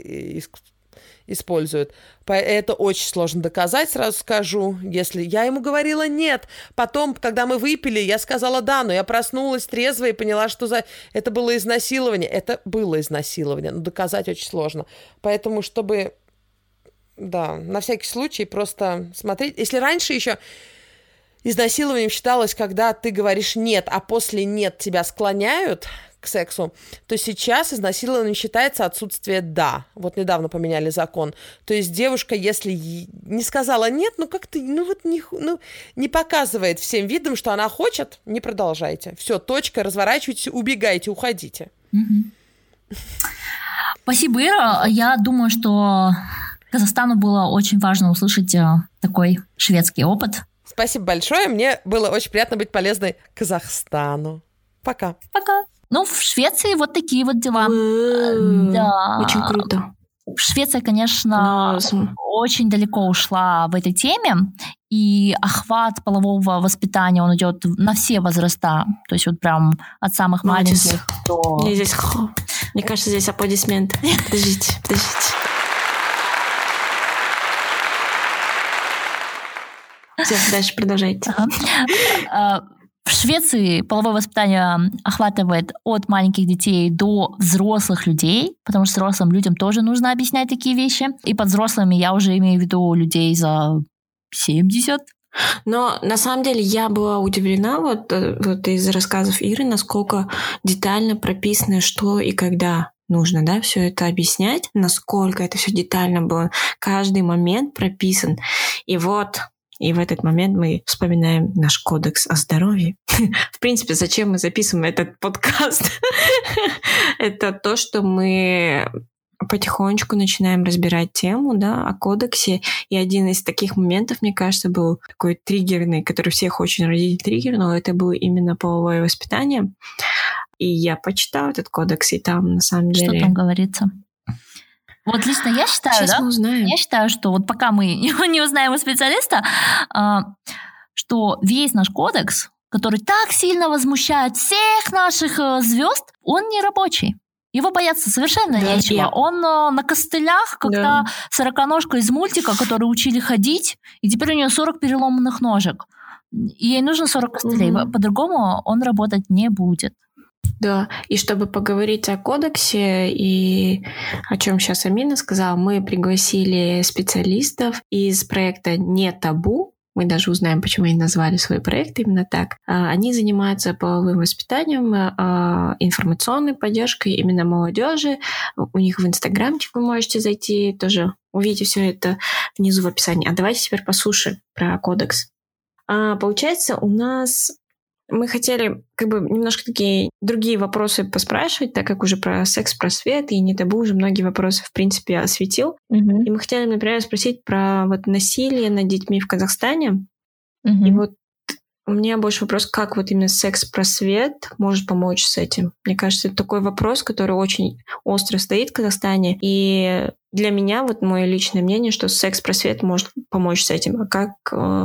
используют. Это очень сложно доказать, сразу скажу. Если я ему говорила нет, потом, когда мы выпили, я сказала да, но я проснулась трезвая и поняла, что это было изнасилование. Это было изнасилование, но доказать очень сложно. Поэтому, чтобы, на всякий случай просто смотреть. Если раньше еще изнасилованием считалось, когда ты говоришь нет, а после нет тебя склоняют к сексу, то сейчас изнасилованием считается отсутствие «да». Вот недавно поменяли закон. То есть девушка, если не сказала «нет», как-то, не показывает всем видом, что она хочет, не продолжайте. Все, точка, разворачивайтесь, убегайте, уходите. Спасибо, Ира. Я думаю, что Казахстану было очень важно услышать такой шведский опыт. Спасибо большое. Мне было очень приятно быть полезной Казахстану. Пока. Пока. В Швеции вот такие вот дела. Да. Очень круто. Швеция, конечно, очень далеко ушла в этой теме, и охват полового воспитания, он идет на все возраста, то есть вот прям от самых маленьких до... Мне кажется, здесь аплодисменты. Подождите. Все, дальше продолжайте. В Швеции половое воспитание охватывает от маленьких детей до взрослых людей, потому что взрослым людям тоже нужно объяснять такие вещи. И под взрослыми я уже имею в виду людей за 70. Но на самом деле я была удивлена вот из рассказов Иры, насколько детально прописано, что и когда нужно, все это объяснять, насколько это все детально было. Каждый момент прописан. И в этот момент мы вспоминаем наш кодекс о здоровье. В принципе, зачем мы записываем этот подкаст? это то, что мы потихонечку начинаем разбирать тему, да, о кодексе. И один из таких моментов, мне кажется, был такой триггерный, который всех очень родителей триггернул, это было именно половое воспитание. И я почитала этот кодекс, и там на самом деле... Что там говорится? Вот лично я считаю, Сейчас мы узнаем. Я считаю, что вот пока мы не узнаем у специалиста, что весь наш кодекс, который так сильно возмущает всех наших звезд, он не рабочий. Его бояться совершенно нечего. Он на костылях, когда сороконожка из мультика, которую учили ходить, и теперь у нее 40 переломанных ножек. И ей нужно 40 костылей. По-другому он работать не будет. Да, и чтобы поговорить о кодексе и о чем сейчас Амина сказала, мы пригласили специалистов из проекта «Не табу». Мы даже узнаем, почему они назвали свой проект именно так. Они занимаются половым воспитанием, информационной поддержкой именно молодежи. У них в Инстаграмчик вы можете зайти, тоже увидите все это внизу в описании. А давайте теперь послушаем про кодекс. Получается, у нас... Мы хотели немножко такие другие вопросы поспрашивать, так как уже про секс-просвет и не табу уже многие вопросы, в принципе, осветил. И мы хотели, например, спросить про насилие над детьми в Казахстане. И вот у меня больше вопрос, как именно секс-просвет может помочь с этим? Мне кажется, это такой вопрос, который очень остро стоит в Казахстане. И для меня, мое личное мнение, что секс-просвет может помочь с этим. А как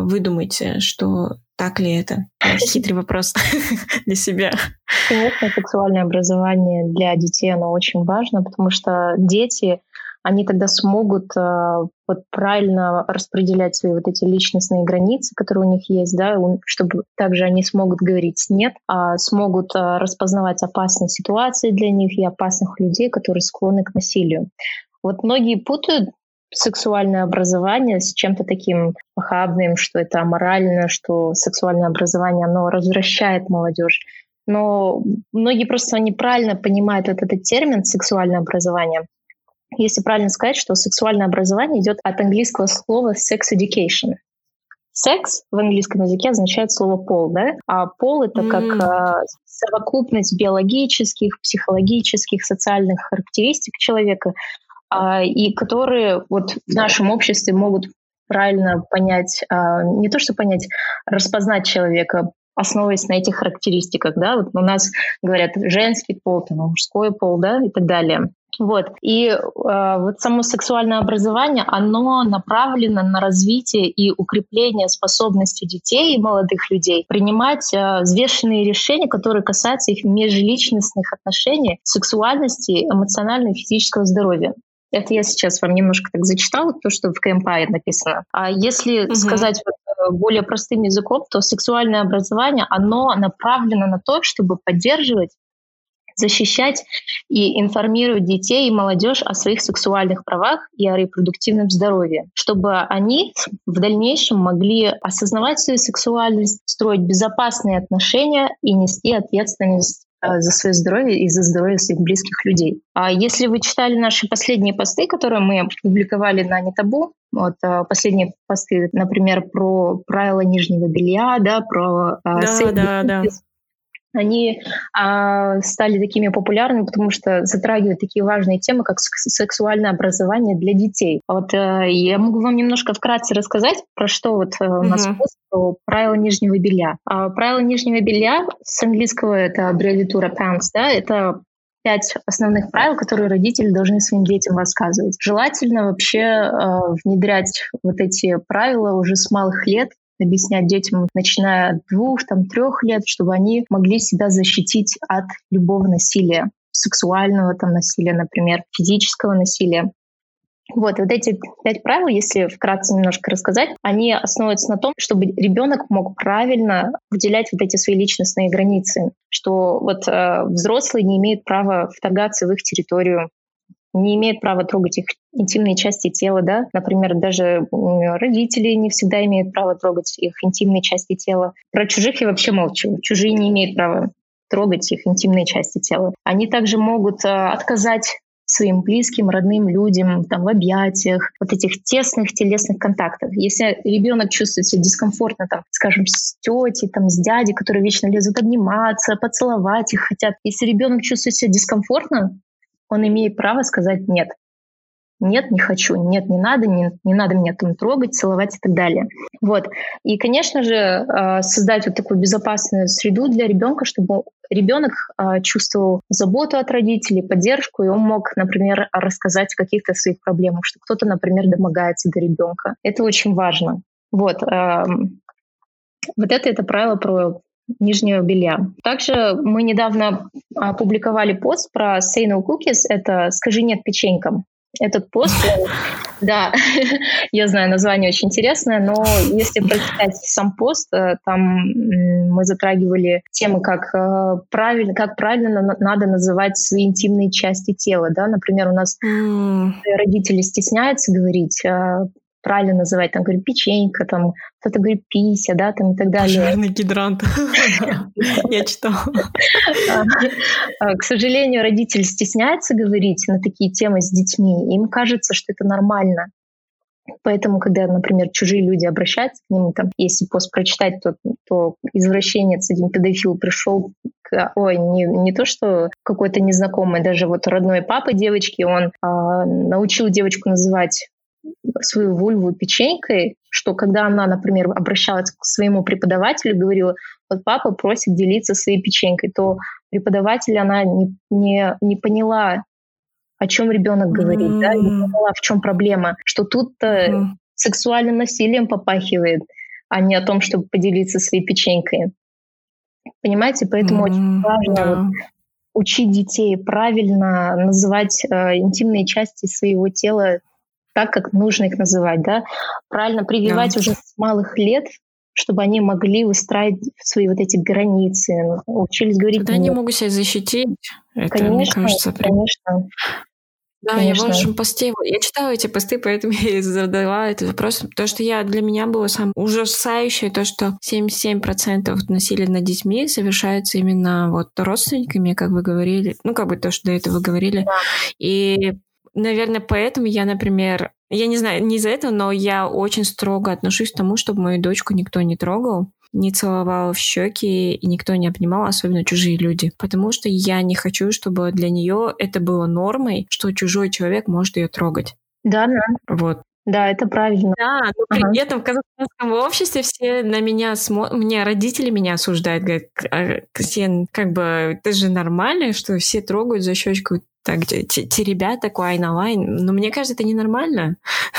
вы думаете, так ли это? Хитрый вопрос для себя. Конечно, сексуальное образование для детей, оно очень важно, потому что дети, они тогда смогут правильно распределять свои эти личностные границы, которые у них есть, да, чтобы также они смогут говорить «нет», смогут распознавать опасные ситуации для них и опасных людей, которые склонны к насилию. Многие путают сексуальное образование с чем-то таким похабным, что это аморально, что сексуальное образование, оно развращает молодежь. Но многие просто неправильно понимают этот термин «сексуальное образование». Если правильно сказать, что сексуальное образование идет от английского слова sex education. Секс в английском языке означает слово пол, да? А пол — это как совокупность биологических, психологических, социальных характеристик человека, и которые в нашем обществе могут правильно понять, не то что понять, распознать человека, основываясь на этих характеристиках, да, у нас говорят женский пол, мужской пол, да, и так далее. И само сексуальное образование, оно направлено на развитие и укрепление способности детей и молодых людей принимать взвешенные решения, которые касаются их межличностных отношений, сексуальности, эмоционального и физического здоровья. Это я сейчас вам немножко так зачитала, то, что в КМПА написано. А если сказать более простым языком, то сексуальное образование, оно направлено на то, чтобы поддерживать, защищать и информировать детей и молодежь о своих сексуальных правах и о репродуктивном здоровье, чтобы они в дальнейшем могли осознавать свою сексуальность, строить безопасные отношения и нести ответственность за свое здоровье и за здоровье своих близких людей. А если вы читали наши последние посты, которые мы публиковали на «Не табу», последние посты, например, про правила нижнего белья, да, про они стали такими популярными, потому что затрагивают такие важные темы, как сексуальное образование для детей. Я могу вам немножко вкратце рассказать, про что у нас про правила нижнего белья. Правила нижнего белья с английского это аббревиатура PANTS, да, это 5 основных правил, которые родители должны своим детям рассказывать. Желательно вообще внедрять эти правила уже с малых лет, объяснять детям, начиная от 2-3 лет, чтобы они могли себя защитить от любого насилия, сексуального насилия, например, физического насилия. Эти 5 правил, если вкратце немножко рассказать, они основываются на том, чтобы ребенок мог правильно выделять эти свои личностные границы, что взрослые не имеют права вторгаться в их территорию, не имеют права трогать их интимные части тела, да. Например, даже родители не всегда имеют право трогать их интимные части тела. Про чужих я вообще молчу. Чужие не имеют права трогать их интимные части тела. Они также могут отказать своим близким, родным людям, там, в объятиях, вот этих тесных телесных контактов. Если ребенок чувствует себя дискомфортно, там, скажем, с тетей, там, с дядей, которые вечно лезут обниматься, поцеловать их хотят. Если ребенок чувствует себя дискомфортно, он имеет право сказать «нет». Нет, не хочу, нет, не надо меня там трогать, целовать и так далее. Вот. И, конечно же, создать вот такую безопасную среду для ребенка, чтобы ребенок чувствовал заботу от родителей, поддержку, и он мог, например, рассказать о каких-то своих проблемах, что кто-то, например, домогается до ребенка. Это очень важно. Вот. Вот это правило про нижнего белья. Также мы недавно опубликовали пост про Say No Cookies, это «Скажи нет печенькам». Этот пост, да, я знаю, название очень интересное, но если прочитать сам пост, там мы затрагивали темы, как правильно надо называть свои интимные части тела, да, например, у нас родители стесняются говорить, правильно называть, там, говорит, печенька, там, кто-то говорит, пися, да, там, и так далее. Пожарный гидрант. Я читала. К сожалению, родители стесняются говорить на такие темы с детьми, им кажется, что это нормально. Поэтому, когда, например, чужие люди обращаются к ним, там, если пост прочитать, то извращенец, один педофил пришел, не то, что какой-то незнакомый, даже вот родной папа девочки, он научил девочку называть свою вульву печенькой, что когда она, например, обращалась к своему преподавателю, говорила, вот папа просит делиться своей печенькой, то преподаватель, она не поняла, о чем ребенок говорит, да, не поняла, в чем проблема, что тут сексуальным насилием попахивает, а не о том, чтобы поделиться своей печенькой. Понимаете, поэтому очень важно учить детей правильно называть интимные части своего тела так, как нужно их называть, да, правильно прививать уже с малых лет, чтобы они могли выстраивать свои вот эти границы, учились говорить. Когда они могут себя защитить, это, конечно, мне кажется, конечно. Да, конечно. Я в вашем посте, я читала эти посты, поэтому я и задала этот вопрос, потому что для меня было самое ужасающее то, что 77% насилия над детьми совершается именно вот родственниками, как вы говорили, то, что до этого вы говорили, и наверное, поэтому я, например, я не знаю, не из-за этого, но я очень строго отношусь к тому, чтобы мою дочку никто не трогал, не целовал в щеки и никто не обнимал, особенно чужие люди. Потому что я не хочу, чтобы для нее это было нормой, что чужой человек может ее трогать. Да. Вот. Да, это правильно. Да, но при этом в казахстанском обществе все на меня смотрят, родители меня осуждают, говорят, Ксен, это же нормально, что все трогают за щечку. Так, те ребята, айналайн. Но мне кажется, это ненормально.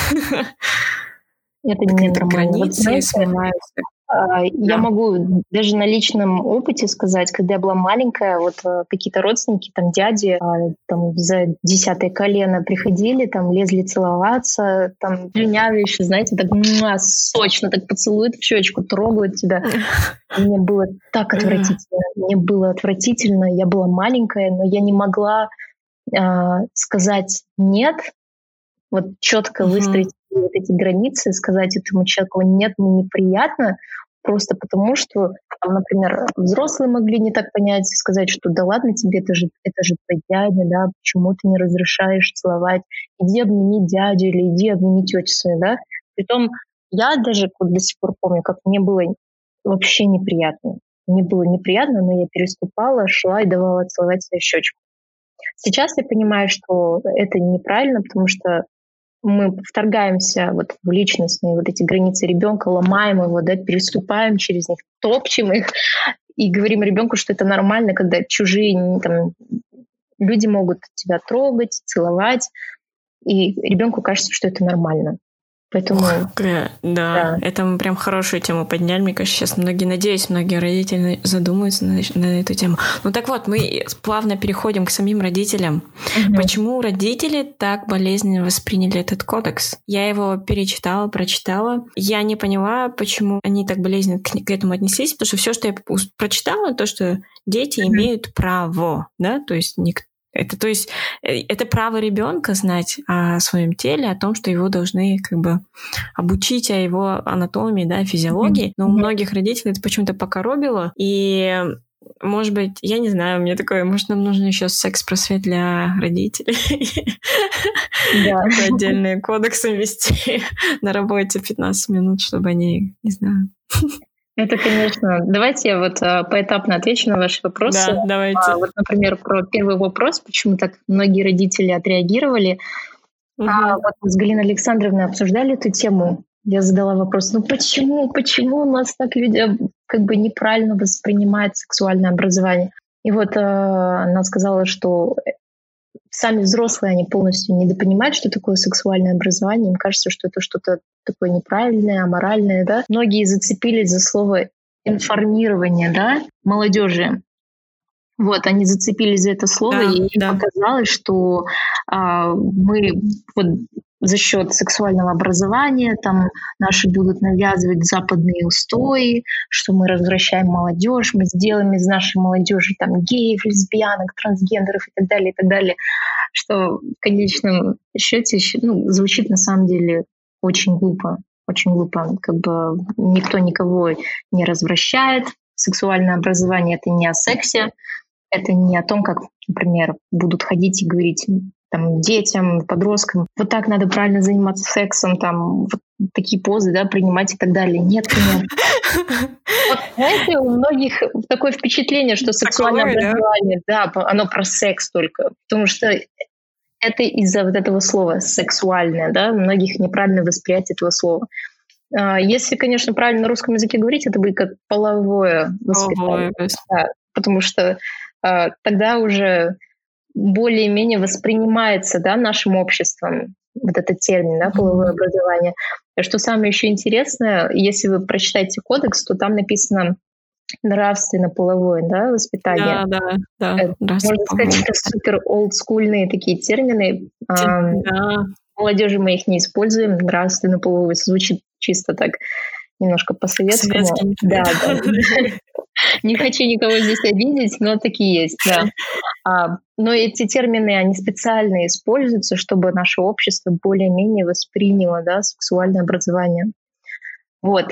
Это ненормально. Границы снимаются. Я могу даже на личном опыте сказать, когда я была маленькая, вот какие-то родственники, там дяди, там за 10-е колено приходили, там лезли целоваться, там слюнявые еще, знаете, так сочно так поцелуют в щечку, трогают тебя. Мне было так отвратительно. Я была маленькая, но я не могла сказать «нет», вот четко выстроить вот эти границы, сказать этому человеку «нет, мне неприятно», просто потому что, например, взрослые могли не так понять, сказать, что да ладно тебе, это же твой дядя, да, почему ты не разрешаешь целовать, иди обними дядю или иди обними тетю свою, да. Притом я даже до сих пор помню, как мне было вообще неприятно. Мне было неприятно, но я переступала, шла и давала целовать свою щечку. Сейчас я понимаю, что это неправильно, потому что мы вторгаемся вот в личностные вот эти границы ребенка, ломаем его, да, переступаем через них, топчем их и говорим ребенку, что это нормально, когда чужие там, люди могут тебя трогать, целовать, и ребенку кажется, что это нормально. Поэтому... Да, это мы прям хорошую тему подняли. Мне кажется, сейчас многие родители задумаются на эту тему. Ну так вот, мы плавно переходим к самим родителям. Почему родители так болезненно восприняли этот кодекс? Я его прочитала. Я не поняла, почему они так болезненно к этому отнеслись, потому что все, что я прочитала, то, что дети имеют право, да, то есть это право ребенка знать о своем теле, о том, что его должны обучить о его анатомии, да, физиологии. Но у многих родителей это почему-то покоробило. И Может быть, я не знаю, мне такое, может, нам нужно еще секс-просвет для родителей. Да. Отдельные кодексы вести на работе 15 минут, чтобы они, не знаю. Это, конечно. Давайте я вот поэтапно отвечу на ваши вопросы. Да, давайте. Вот, например, про первый вопрос, почему так многие родители отреагировали. Вот мы с Галиной Александровной обсуждали эту тему. Я задала вопрос, почему у нас так люди как бы неправильно воспринимают сексуальное образование? И вот она сказала, что сами взрослые, они полностью недопонимают, что такое сексуальное образование. Им кажется, что это что-то такое неправильное, аморальное, да. Многие зацепились за слово информирование, да, молодежи. Вот, они зацепились за это слово, и им показалось, что мы вот за счет сексуального образования там наши будут навязывать западные устои, что мы развращаем молодежь, мы сделаем из нашей молодежи там геев, лесбиянок, трансгендеров и так далее, что в конечном счете звучит на самом деле очень глупо, как бы никто никого не развращает. Сексуальное образование — это не о сексе, это не о том, как, например, будут ходить и говорить там детям, подросткам, вот так надо правильно заниматься сексом, там вот такие позы, да, принимать и так далее. Нет, конечно. Вот, знаете, у многих такое впечатление, что сексуальное образование, да, оно про секс только, потому что это из-за вот этого слова «сексуальное», да, у многих неправильное восприятие этого слова. Если, конечно, правильно на русском языке говорить, это будет как половое воспитание. Да, потому что тогда уже более-менее воспринимается, да, нашим обществом вот этот термин, да, половое образование. Что самое еще интересное, если вы прочитаете кодекс, то там написано нравственно-половое, да, воспитание. Да. Можно сказать, это супер олдскульные такие термины. Молодежи мы их не используем. Нравственно-половое звучит чисто так немножко по-советскому. Да. Не хочу никого здесь обидеть, но такие есть, да. Но эти термины, они специально используются, чтобы наше общество более-менее восприняло, да, сексуальное образование. Вот.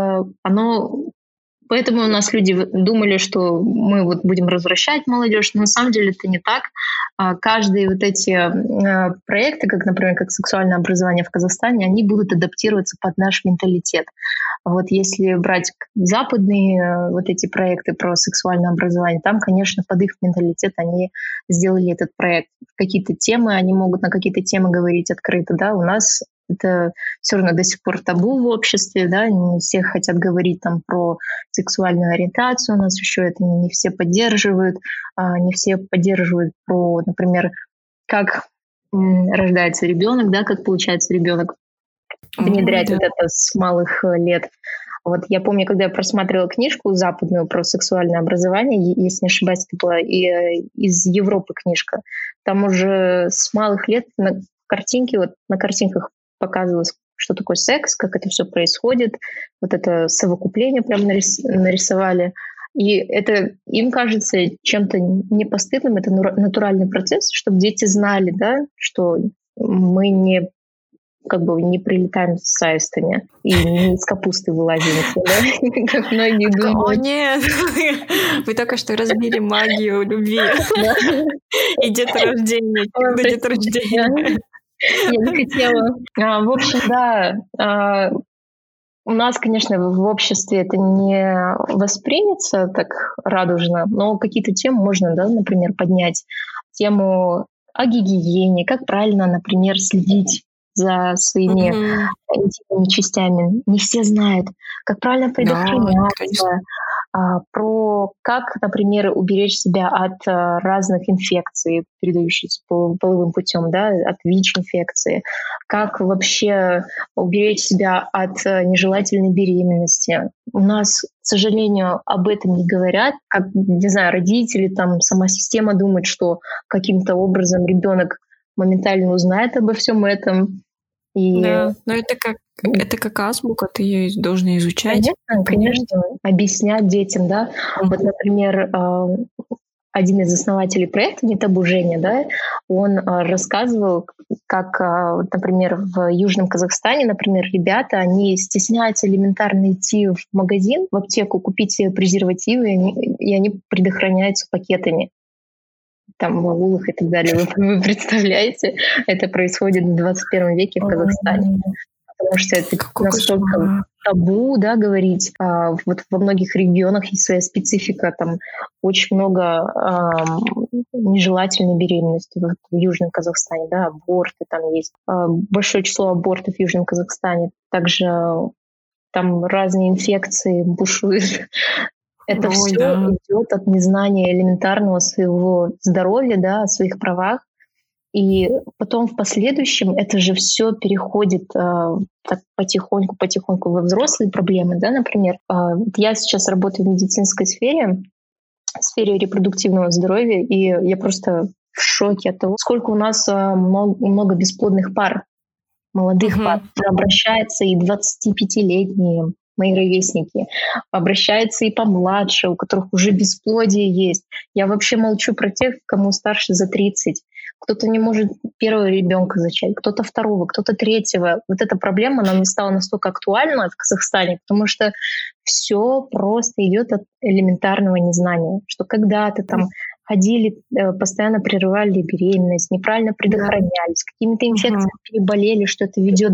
Поэтому у нас люди думали, что мы вот будем развращать молодежь, но на самом деле это не так. Каждые вот эти проекты, как, например, как сексуальное образование в Казахстане, они будут адаптироваться под наш менталитет. Вот если брать западные вот эти проекты про сексуальное образование, там, конечно, под их менталитет они сделали этот проект. Какие-то темы, они могут на какие-то темы говорить открыто, да, у нас это все равно до сих пор табу в обществе, да, не все хотят говорить там про сексуальную ориентацию, у нас еще это не все поддерживают, не все поддерживают про, например, как рождается ребенок, да, как получается ребенок, внедрять вот это с малых лет. Вот я помню, когда я просматривала книжку западную про сексуальное образование, если не ошибаюсь, это была из Европы книжка, там уже с малых лет на картинках показывалось, что такое секс, как это все происходит, вот это совокупление прям нарисовали. И это им кажется чем-то непостыдным, это натуральный процесс, чтобы дети знали, да, что мы не прилетаем с аистами и не из капусты вылазим, да? Как многие думают. О, нет! Вы только что разбили магию любви. И деторождение. Деторождение. Я не хотела. В общем, да, у нас, конечно, в обществе это не воспримется так радужно, но какие-то темы можно, да, например, поднять. Тему о гигиене, как правильно, например, следить за своими интимными частями. Не все знают, как правильно предохраняться, про как, например, уберечь себя от разных инфекций, передающихся половым путем, да, от ВИЧ-инфекции, как вообще уберечь себя от нежелательной беременности. У нас, к сожалению, об этом не говорят. Как, не знаю, родители, там, сама система думает, что каким-то образом ребенок моментально узнает обо всем этом. Да, но это как азбука, ты ее должна изучать. Конечно, объяснять детям, да. Вот, например, один из основателей проекта «Не табу» Женя, да, он рассказывал, как, например, в Южном Казахстане, например, ребята, они стесняются элементарно идти в магазин, в аптеку, купить себе презервативы, и они предохраняются пакетами. Там в аулах и так далее. Вы представляете, это происходит в 21 веке в Казахстане. Потому что это настолько табу, да, говорить. Вот во многих регионах есть своя специфика. Там очень много нежелательной беременности в Южном Казахстане, да, аборты там есть. Большое число абортов в Южном Казахстане. Также там разные инфекции бушуют. Это все идет от незнания элементарного своего здоровья, да, о своих правах. И потом в последующем это же все переходит так потихоньку во взрослые проблемы, да, например. Я сейчас работаю в медицинской сфере, в сфере репродуктивного здоровья, и я просто в шоке от того, сколько у нас много бесплодных пар, молодых пар. Обращаются и 25-летние мои ровесники, обращаются и помладше, у которых уже бесплодие есть. Я вообще молчу про тех, кому старше за 30. Кто-то не может первого ребенка зачать, кто-то второго, кто-то третьего. Вот эта проблема, она стала настолько актуальна в Казахстане, потому что все просто идет от элементарного незнания, что когда-то там ходили, постоянно прерывали беременность, неправильно предохранялись, какими-то инфекциями переболели, что это ведет,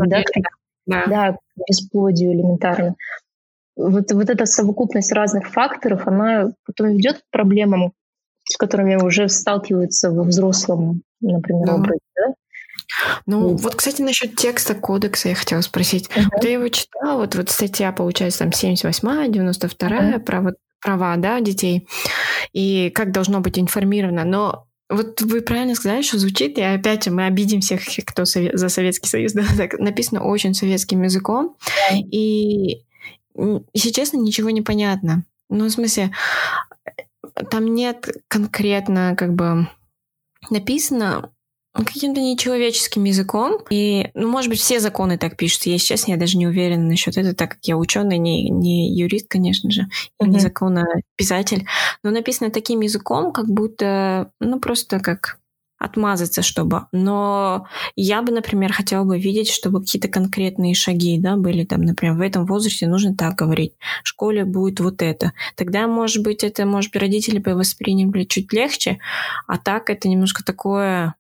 к бесплодию элементарно. Вот эта совокупность разных факторов, она потом ведет к проблемам, с которыми уже сталкиваются во взрослом, например, образе. Да? Ну, вот, кстати, насчет текста кодекса я хотела спросить. Вот я его читала, вот статья, получается, там 78-я, 92-я, права, да, детей, и как должно быть информировано. Но вот вы правильно сказали, что звучит, и опять мы обидим всех, кто за Советский Союз, да, так, написано очень советским языком, и, если честно, ничего не понятно. Ну, в смысле, там нет конкретно как бы написано каким-то нечеловеческим языком. И, может быть, все законы так пишутся. Если честно, я даже не уверена насчет этого, так как я ученый, не юрист, конечно же, и не законописатель. Но написано таким языком, как будто, просто как отмазаться, чтобы. Но я бы, например, хотела бы видеть, чтобы какие-то конкретные шаги, да, были там, например, в этом возрасте нужно так говорить. В школе будет вот это. Тогда, может быть, родители бы восприняли чуть легче, а так это немножко такое...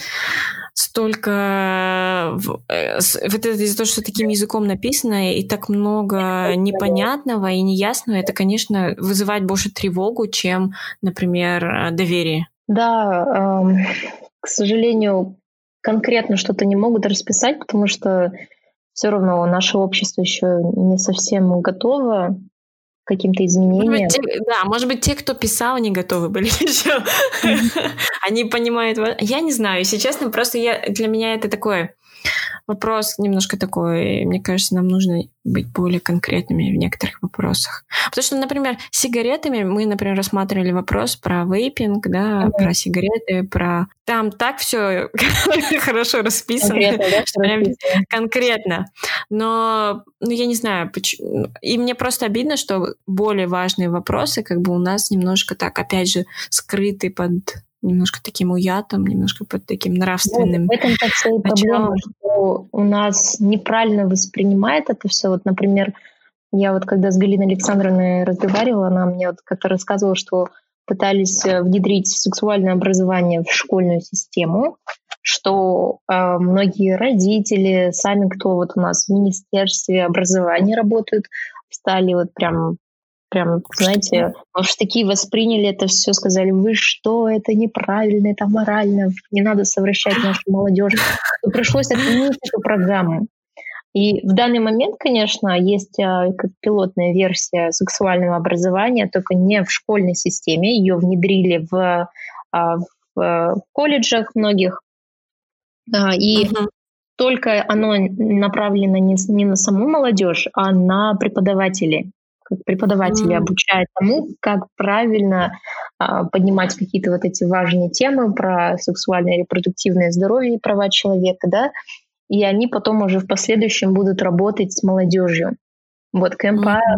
Столько... Вот это из-за того, что таким языком написано, и так много непонятного и неясного, это, конечно, вызывает больше тревогу, чем, например, доверие. Да, к сожалению, конкретно что-то не могут расписать, потому что все равно наше общество еще не совсем готово к каким-то изменениям. Может быть, те, кто писал, не готовы были еще. Они понимают... Я не знаю, если честно, просто для меня это такой вопрос немножко такой. Мне кажется, нам нужно быть более конкретными в некоторых вопросах. Потому что, например, с сигаретами мы, например, рассматривали вопрос про вейпинг, да, про сигареты, про... Там так все хорошо расписано. Конкретно. Но я не знаю, почему. И мне просто обидно, что более важные вопросы как бы у нас немножко так, опять же, скрыты под... немножко таким уятом, немножко под таким нравственным. В этом-то вся и проблема, что у нас неправильно воспринимает это все. Вот, например, я вот когда с Галиной Александровной разговаривала, она мне вот как-то рассказывала, что пытались внедрить сексуальное образование в школьную систему, что многие родители, сами, кто вот у нас в Министерстве образования работают, стали вот прям, знаете, может, такие восприняли это все, сказали, вы что, это неправильно, это аморально, не надо совращать нашу молодежь. И пришлось отменить эту программу. И в данный момент, конечно, есть как пилотная версия сексуального образования, только не в школьной системе. Ее внедрили в колледжах многих. И только оно направлено не на саму молодежь, а на преподавателей. Как преподаватели обучают тому, как правильно поднимать какие-то вот эти важные темы про сексуальное и репродуктивное здоровье и права человека, да, и они потом уже в последующем будут работать с молодежью. Вот КМПА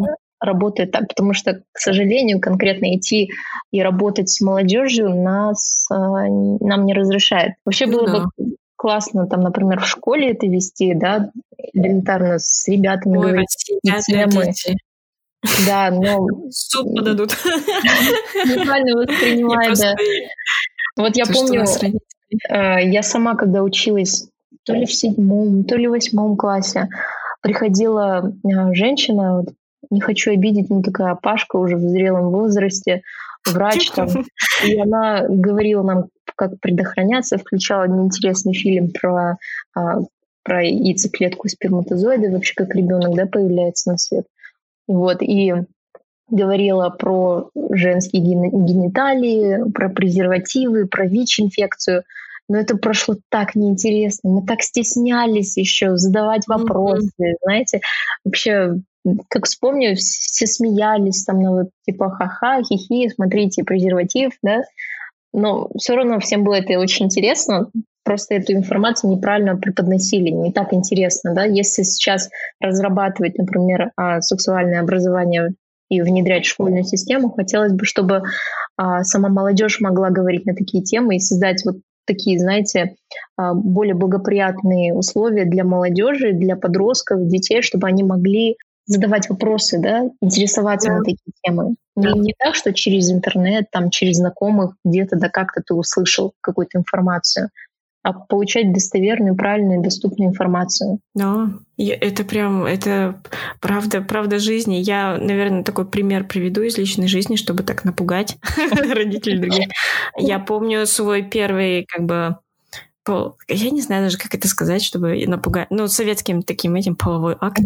работает так, потому что, к сожалению, конкретно идти и работать с молодежью нам не разрешает. Вообще было бы классно, там, например, в школе это вести, да, элементарно с ребятами говорить темы. Да, но... Суп подадут. Неправильно воспринимать, да. Вот я помню, я сама, когда училась то ли в 7-м, то ли в 8-м классе, приходила женщина, вот, не хочу обидеть, но такая Пашка уже в зрелом возрасте, врач там, и она говорила нам, как предохраняться, включала неинтересный фильм про яйцеклетку сперматозоида, вообще как ребенок, да, появляется на свет. Вот, и говорила про женские гениталии, про презервативы, про ВИЧ-инфекцию. Но это прошло так неинтересно. Мы так стеснялись еще задавать вопросы. Знаете, вообще, как вспомню, все смеялись там, вот, типа ха-ха, хихи, смотрите, презерватив, да. Но все равно всем было это очень интересно. Просто эту информацию неправильно преподносили, не так интересно, да. Если сейчас разрабатывать, например, сексуальное образование и внедрять в школьную систему, хотелось бы, чтобы сама молодежь могла говорить на такие темы и создать вот такие, знаете, более благоприятные условия для молодежи, для подростков, детей, чтобы они могли задавать вопросы, да, интересоваться на такие темы. Не так, что через интернет, там, через знакомых где-то, да как-то ты услышал какую-то информацию, а получать достоверную, правильную, доступную информацию. Да, это правда жизни. Я, наверное, такой пример приведу из личной жизни, чтобы так напугать родителей других. Я помню свой первый, я не знаю даже, как это сказать, чтобы напугать, советским таким этим половой акт.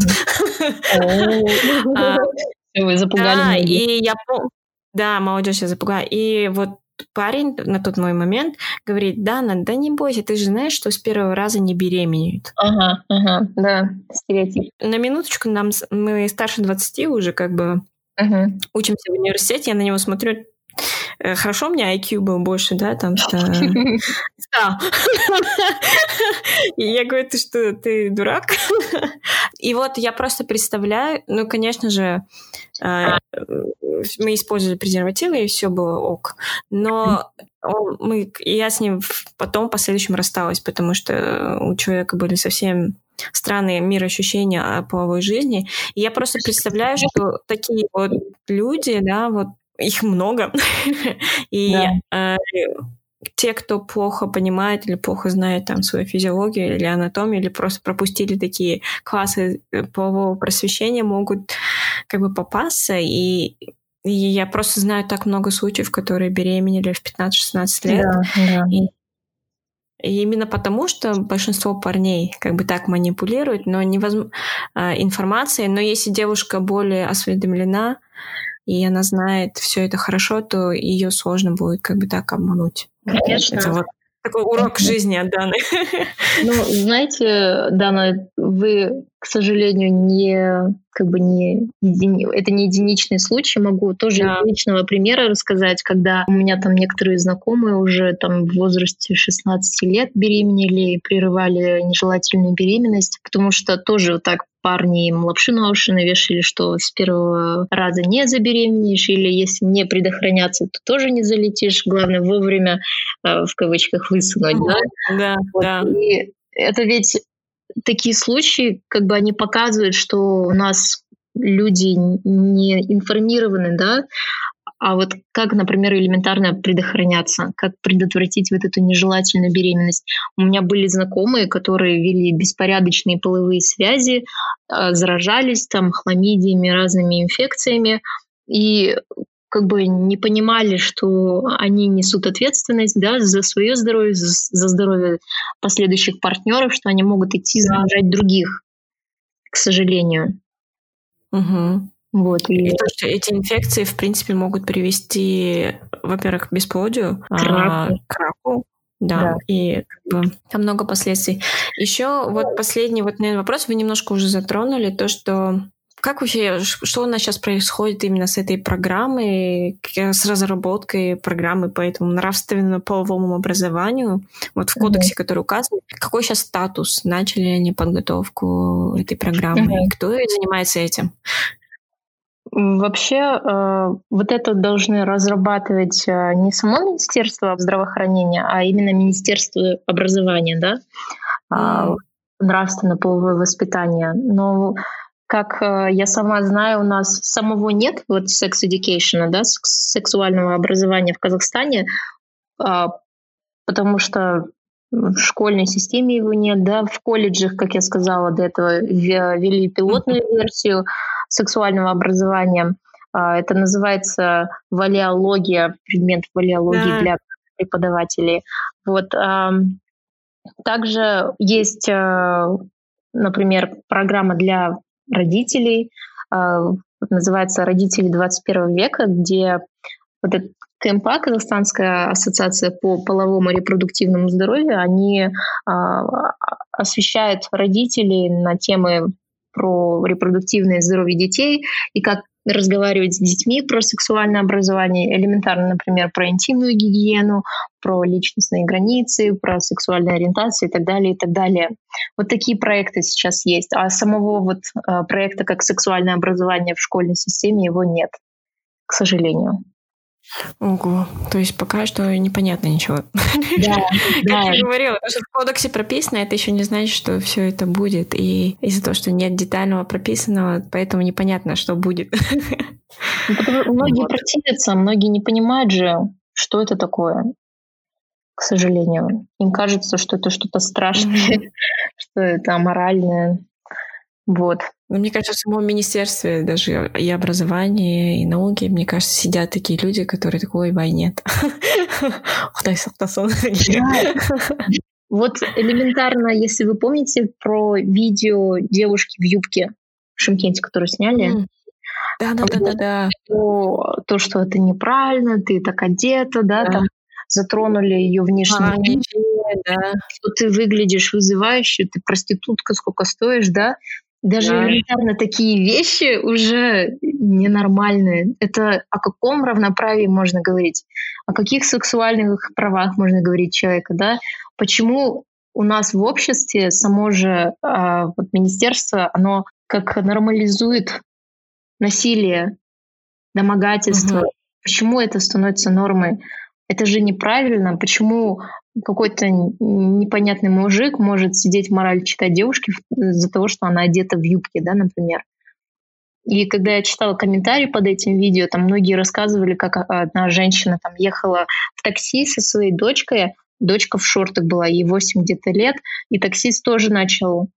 Вы запугали молодежь. Да, молодежь я запугаю. И вот парень на тот мой момент говорит: Дана, да не бойся, ты же знаешь, что с первого раза не беременеют. Ага, да, стереотип. На минуточку, мы старше 20 уже учимся в университете, я на него смотрю. Хорошо, у меня IQ был больше, да, там 100. И я говорю: ты что, ты дурак? И вот я просто представляю, конечно же, мы использовали презервативы, и все было ок. Но я с ним потом в последующем рассталась, потому что у человека были совсем странные мироощущения о половой жизни. И я просто представляю, что такие вот люди, да, вот их много. И те, кто плохо понимает или плохо знает там свою физиологию или анатомию, или просто пропустили такие классы полового просвещения, могут попасться. И я просто знаю так много случаев, которые беременели в 15-16 лет. И именно потому, что большинство парней так манипулируют, но информацией. Но если девушка более осведомлена, и она знает все это хорошо, то ее сложно будет так обмануть. Конечно. Это вот такой урок жизни от Даны. Знаете, Дана, вы, к сожалению, это не единичный случай. Могу тоже из личного примера рассказать, когда у меня там некоторые знакомые уже там в возрасте 16 лет беременели и прерывали нежелательную беременность, потому что тоже вот так парни им лапшу на уши навешали, что с первого раза не забеременеешь, или если не предохраняться, то тоже не залетишь. Главное вовремя, в кавычках, высунуть. Да. И это ведь такие случаи, они показывают, что у нас люди не информированы, да, а вот как, например, элементарно предохраняться, как предотвратить вот эту нежелательную беременность. У меня были знакомые, которые вели беспорядочные половые связи, заражались там хламидиями, разными инфекциями, и не понимали, что они несут ответственность, да, за свое здоровье, за здоровье последующих партнеров, что они могут идти заражать других, к сожалению. Вот, и то, что эти инфекции, в принципе, могут привести, во-первых, к бесплодию, к раку. Да, и там много последствий. Еще вот последний, наверное, вопрос вы немножко уже затронули, то, что как вообще, что у нас сейчас происходит именно с этой программой, с разработкой программы по этому нравственно-половому образованию, вот в кодексе, который указан, какой сейчас статус, начали они подготовку этой программы, кто занимается этим? Вообще, вот это должны разрабатывать не само Министерство здравоохранения, а именно Министерство образования, да, нравственно-половое воспитание. Но, как я сама знаю, у нас самого нет вот sex education, да, сексуального образования в Казахстане, потому что в школьной системе его нет, да, в колледжах, как я сказала до этого, ввели пилотную версию сексуального образования. Это называется валеология, предмет валеологии для преподавателей. Вот. Также есть, например, программа для родителей, называется «Родители 21 века», где вот этот КМПА, Казахстанская ассоциация по половому и репродуктивному здоровью, они освещают родителей на темы про репродуктивное здоровье детей и как разговаривать с детьми про сексуальное образование, элементарно, например, про интимную гигиену, про личностные границы, про сексуальную ориентацию и так далее, и так далее. Вот такие проекты сейчас есть. А самого вот проекта как сексуальное образование в школьной системе его нет, к сожалению. Ого, то есть пока что непонятно ничего. Да, как я говорила, что в кодексе прописано, это еще не значит, что все это будет. И из-за того, что нет детального прописанного, поэтому непонятно, что будет. Многие противятся, многие не понимают же, что это такое, к сожалению. Им кажется, что это что-то страшное, что это аморальное. Вот. Но мне кажется, в самом министерстве даже и образования, и науки, мне кажется, сидят такие люди, которые такой, ой, нет. Вот элементарно, если вы помните про видео девушки в юбке в Шымкенте, которую сняли. Да. То, что это неправильно, ты так одета, да, там затронули ее внешний вид, что ты выглядишь вызывающе, ты проститутка, сколько стоишь, да. Даже элементарно такие вещи уже ненормальные. Это о каком равноправии можно говорить? О каких сексуальных правах можно говорить человека, да? Почему у нас в обществе само же вот министерство, оно как нормализует насилие, домогательство? Почему это становится нормой? Это же неправильно. Почему какой-то непонятный мужик может сидеть мораль читать девушке из-за того, что она одета в юбке, да, например. И когда я читала комментарии под этим видео, там многие рассказывали, как одна женщина там ехала в такси со своей дочкой, дочка в шортах была, ей 8 где-то лет, и таксист тоже начал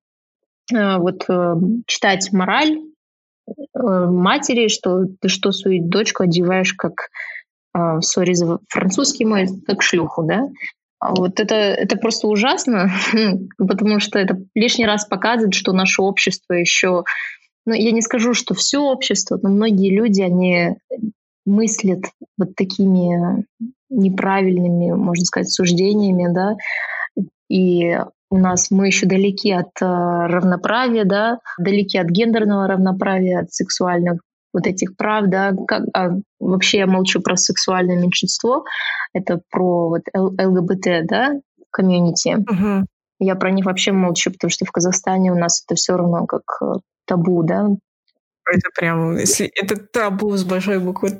читать мораль матери, что ты что свою дочку одеваешь как, сори за французский мой, как шлюху, да? Вот это просто ужасно, потому что это лишний раз показывает, что наше общество еще... я не скажу, что все общество, но многие люди, они мыслят вот такими неправильными, можно сказать, суждениями, да, и мы еще далеки от равноправия, да, далеки от гендерного равноправия, от сексуальных вот этих прав, да, вообще я молчу про сексуальное меньшинство, это про вот ЛГБТ, да, комьюнити. Я про них вообще молчу, потому что в Казахстане у нас это все равно как табу, да. Это прям, это табу с большой буквы.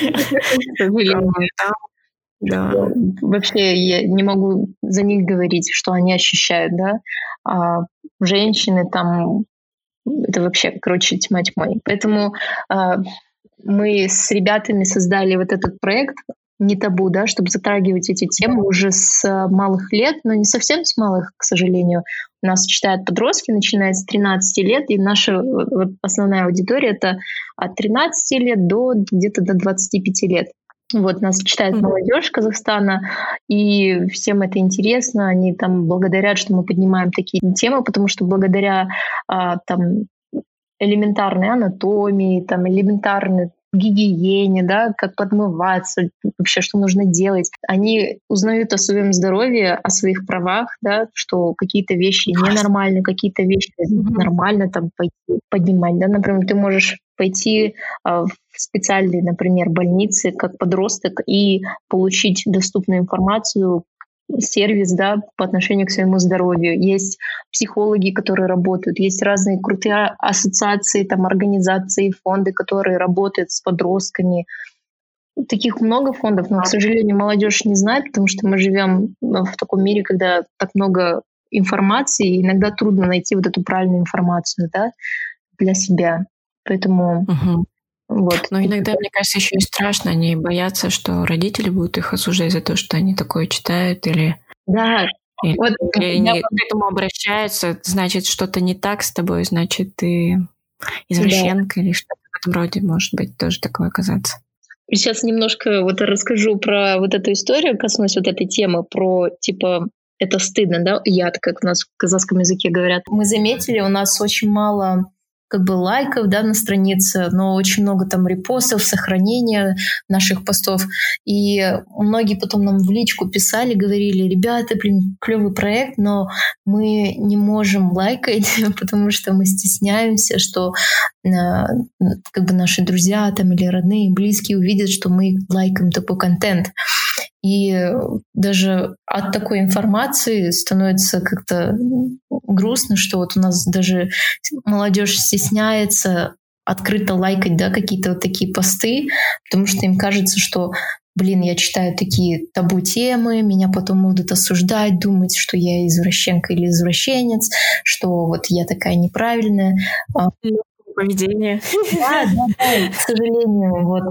Да. Вообще я не могу за них говорить, что они ощущают, да. А женщины там, это вообще, короче, тьма тьмой. Поэтому мы с ребятами создали вот этот проект «Не табу», да, чтобы затрагивать эти темы уже с малых лет, но не совсем с малых, к сожалению. У нас читают подростки, начиная с 13 лет, и наша основная аудитория — это от 13 лет до где-то до 25 лет. Вот нас читает молодежь Казахстана, и всем это интересно. Они там благодарят, что мы поднимаем такие темы, потому что благодаря там элементарной анатомии, там элементарной гигиене, да, как подмываться, вообще что нужно делать. Они узнают о своем здоровье, о своих правах, да, что какие-то вещи ненормальны, какие-то вещи нормально там пойти поднимать. Да. Например, ты можешь пойти в специальные, например, больницы как подросток и получить доступную информацию, сервис, да, по отношению к своему здоровью. Есть психологи, которые работают, есть разные крутые ассоциации, там, организации, фонды, которые работают с подростками. Таких много фондов, но, к сожалению, молодежь не знает, потому что мы живем в таком мире, когда так много информации, и иногда трудно найти вот эту правильную информацию, да, для себя. Поэтому вот. Но иногда, мне кажется, еще и страшно. Они боятся, что родители будут их осуждать за то, что они такое читают, или... Да. Вот, или они к этому обращаются, значит, что-то не так с тобой, значит, ты извращенка, или что-то в этом роде, может быть, тоже такое оказаться. Сейчас немножко вот расскажу про вот эту историю, коснусь вот этой темы, про, типа, это стыдно, да, яд, как у нас в казахском языке говорят. Мы заметили, у нас очень мало как бы лайков, да, на странице, но очень много там репостов, сохранения наших постов. И многие потом нам в личку писали, говорили: ребята, блин, клевый проект, но мы не можем лайкать, потому что мы стесняемся, что как бы наши друзья там или родные, близкие увидят, что мы лайкаем такой контент. И даже от такой информации становится как-то грустно, что вот у нас даже молодежь стесняется открыто лайкать, да, какие-то вот такие посты, потому что им кажется, что, блин, я читаю такие табу-темы, меня потом будут осуждать, думать, что я извращенка или извращенец, что вот я такая неправильная. Поведение. Да, к сожалению, вот.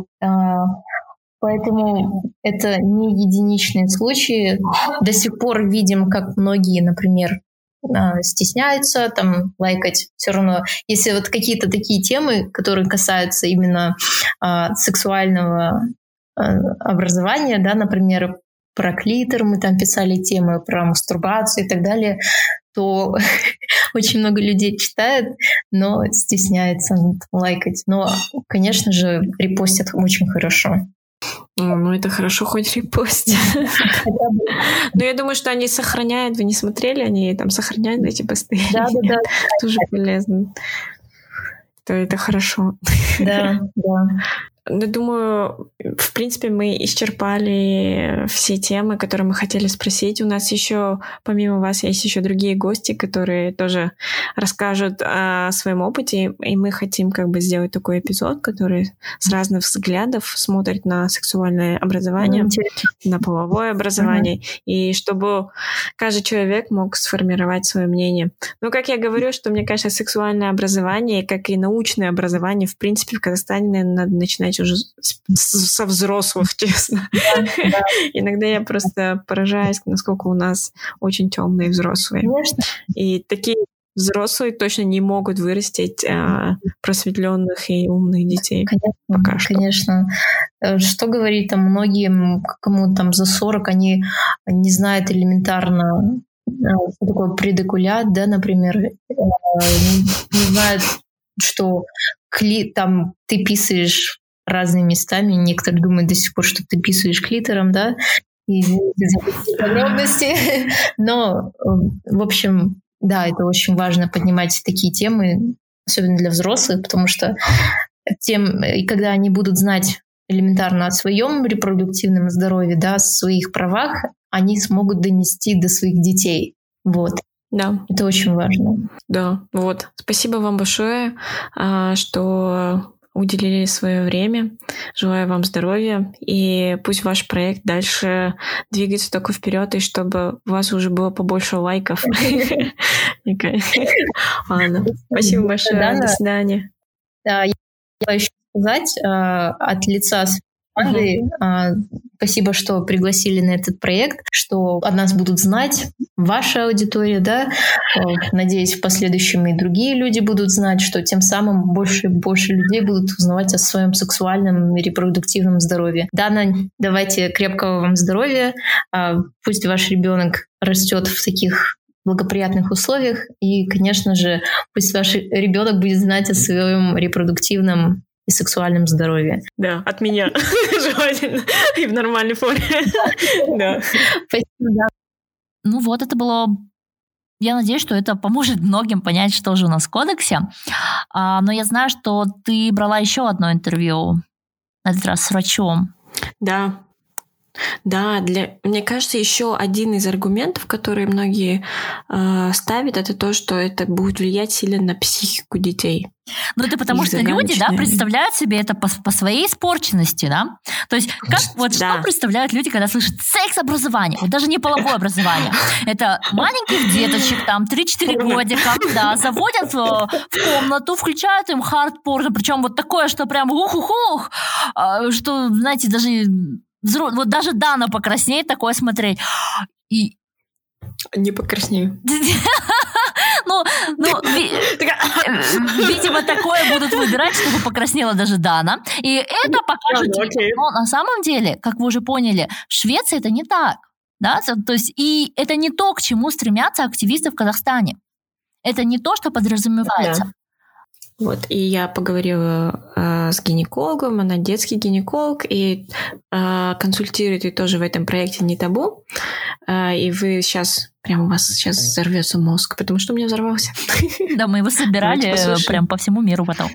Поэтому это не единичные случаи. До сих пор видим, как многие, например, стесняются там лайкать. Все равно, если вот какие-то такие темы, которые касаются именно сексуального образования, да, например, про клитор мы там писали темы, про мастурбацию и так далее, то очень много людей читают, но стесняется лайкать. Но, конечно же, репостят очень хорошо. Ну, это хорошо, хоть репостят. Но я думаю, что они сохраняют. Вы не смотрели? Они там сохраняют эти посты. Да. Тоже полезно. То это хорошо. Да. Ну, думаю, в принципе, мы исчерпали все темы, которые мы хотели спросить. У нас еще, помимо вас, есть еще другие гости, которые тоже расскажут о своем опыте. И мы хотим как бы сделать такой эпизод, который с разных взглядов смотрит на сексуальное образование, на половое образование, и чтобы каждый человек мог сформировать свое мнение. Но, как я говорю, что мне кажется, сексуальное образование, как и научное образование, в принципе, в Казахстане, наверное, надо начинать уже со взрослых, честно. Да. Иногда я просто поражаюсь, насколько у нас очень темные взрослые. Конечно. И такие взрослые точно не могут вырастить просветленных и умных детей. Конечно, пока что. Конечно. Что говорить там многим, кому там за 40, они не знают элементарно, что такое предикулят, да, например, не знают, что там ты писаешь разными местами. Некоторые думают до сих пор, что ты писаешь клитором, да, и за подробности. Но, в общем, да, это очень важно поднимать такие темы, особенно для взрослых, потому что и когда они будут знать элементарно о своем репродуктивном здоровье, да, о своих правах, они смогут донести до своих детей. Вот. Да. Это очень важно. Да, вот. Спасибо вам большое, что уделили свое время. Желаю вам здоровья. И пусть ваш проект дальше двигается только вперед, и чтобы у вас уже было побольше лайков. Ладно. Спасибо большое. До свидания. Я хочу еще сказать от лица команды. Спасибо, что пригласили на этот проект, что о нас будут знать ваша аудитория, да. Надеюсь, в последующем и другие люди будут знать, что тем самым больше и больше людей будут узнавать о своем сексуальном и репродуктивном здоровье. Дана, давайте крепкого вам здоровья. Пусть ваш ребенок растет в таких благоприятных условиях. И, конечно же, пусть ваш ребенок будет знать о своем репродуктивном и сексуальном здоровье. Да, от меня желательно и в нормальной форме. Да. Спасибо, да. Ну вот, это было... Я надеюсь, что это поможет многим понять, что же у нас в кодексе. Но я знаю, что ты брала еще одно интервью, на этот раз с врачом. Да, Да, мне кажется, еще один из аргументов, которые многие ставят, это то, что это будет влиять сильно на психику детей. Ну, это потому что люди, да, представляют себе это по своей испорченности, да? То есть, что представляют люди, когда слышат секс-образование, вот даже не половое образование. Это маленьких деточек, там, 3-4 годика, да, заводят в комнату, включают им хард-порно, причем вот такое, что прям ух-ух-ух, что, знаете, вот даже Дана покраснеет такое смотреть. И... Не покраснею. Видимо, такое будут выбирать, чтобы покраснела даже Дана. И это покажет... Но на самом деле, как вы уже поняли, в Швеции это не так. Да? То есть, и это не то, к чему стремятся активисты в Казахстане. Это не то, что подразумевается. Да. Вот, и я поговорила с гинекологом, она детский гинеколог, и консультирует и тоже в этом проекте «Не табу». И вы сейчас, прям у вас сейчас взорвется мозг, потому что у меня взорвался. Да, мы его собирали прям по всему миру потом.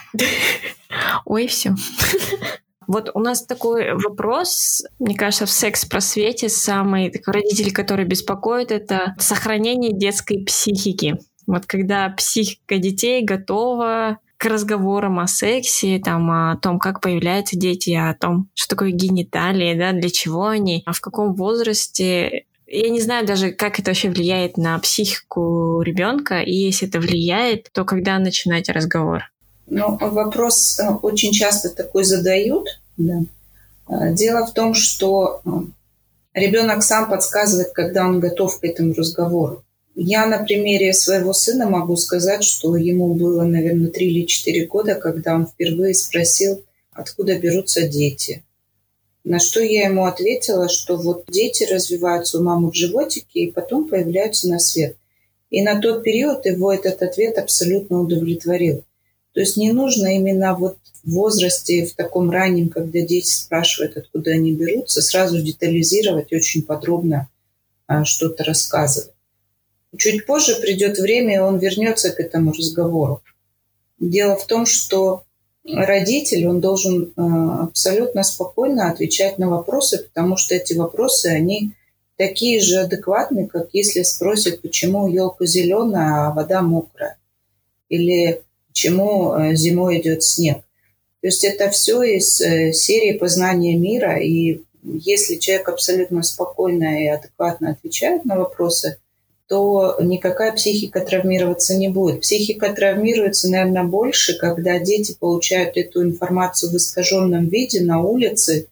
Ой, все. Вот у нас такой вопрос, мне кажется, в секс-просвете самый такой родитель, который беспокоит, это сохранение детской психики. Вот когда психика детей готова к разговорам о сексе, там, о том, как появляются дети, о том, что такое гениталии, да, для чего они, а в каком возрасте. Я не знаю даже, как это вообще влияет на психику ребенка, и если это влияет, то когда начинать разговор? Ну, вопрос очень часто такой задают. Да. Дело в том, что ребенок сам подсказывает, когда он готов к этому разговору. Я на примере своего сына могу сказать, что ему было, наверное, 3 или 4 года, когда он впервые спросил, откуда берутся дети. На что я ему ответила, что вот дети развиваются у мамы в животике и потом появляются на свет. И на тот период его этот ответ абсолютно удовлетворил. То есть не нужно именно вот в возрасте, в таком раннем, когда дети спрашивают, откуда они берутся, сразу детализировать, очень подробно что-то рассказывать. Чуть позже придет время, и он вернется к этому разговору. Дело в том, что родитель, он должен абсолютно спокойно отвечать на вопросы, потому что эти вопросы, они такие же адекватные, как если спросят, почему елка зеленая, а вода мокрая. Или почему зимой идет снег. То есть это все из серии познания мира, и если человек абсолютно спокойно и адекватно отвечает на вопросы, то никакая психика травмироваться не будет. Психика травмируется, наверное, больше, когда дети получают эту информацию в искаженном виде на улице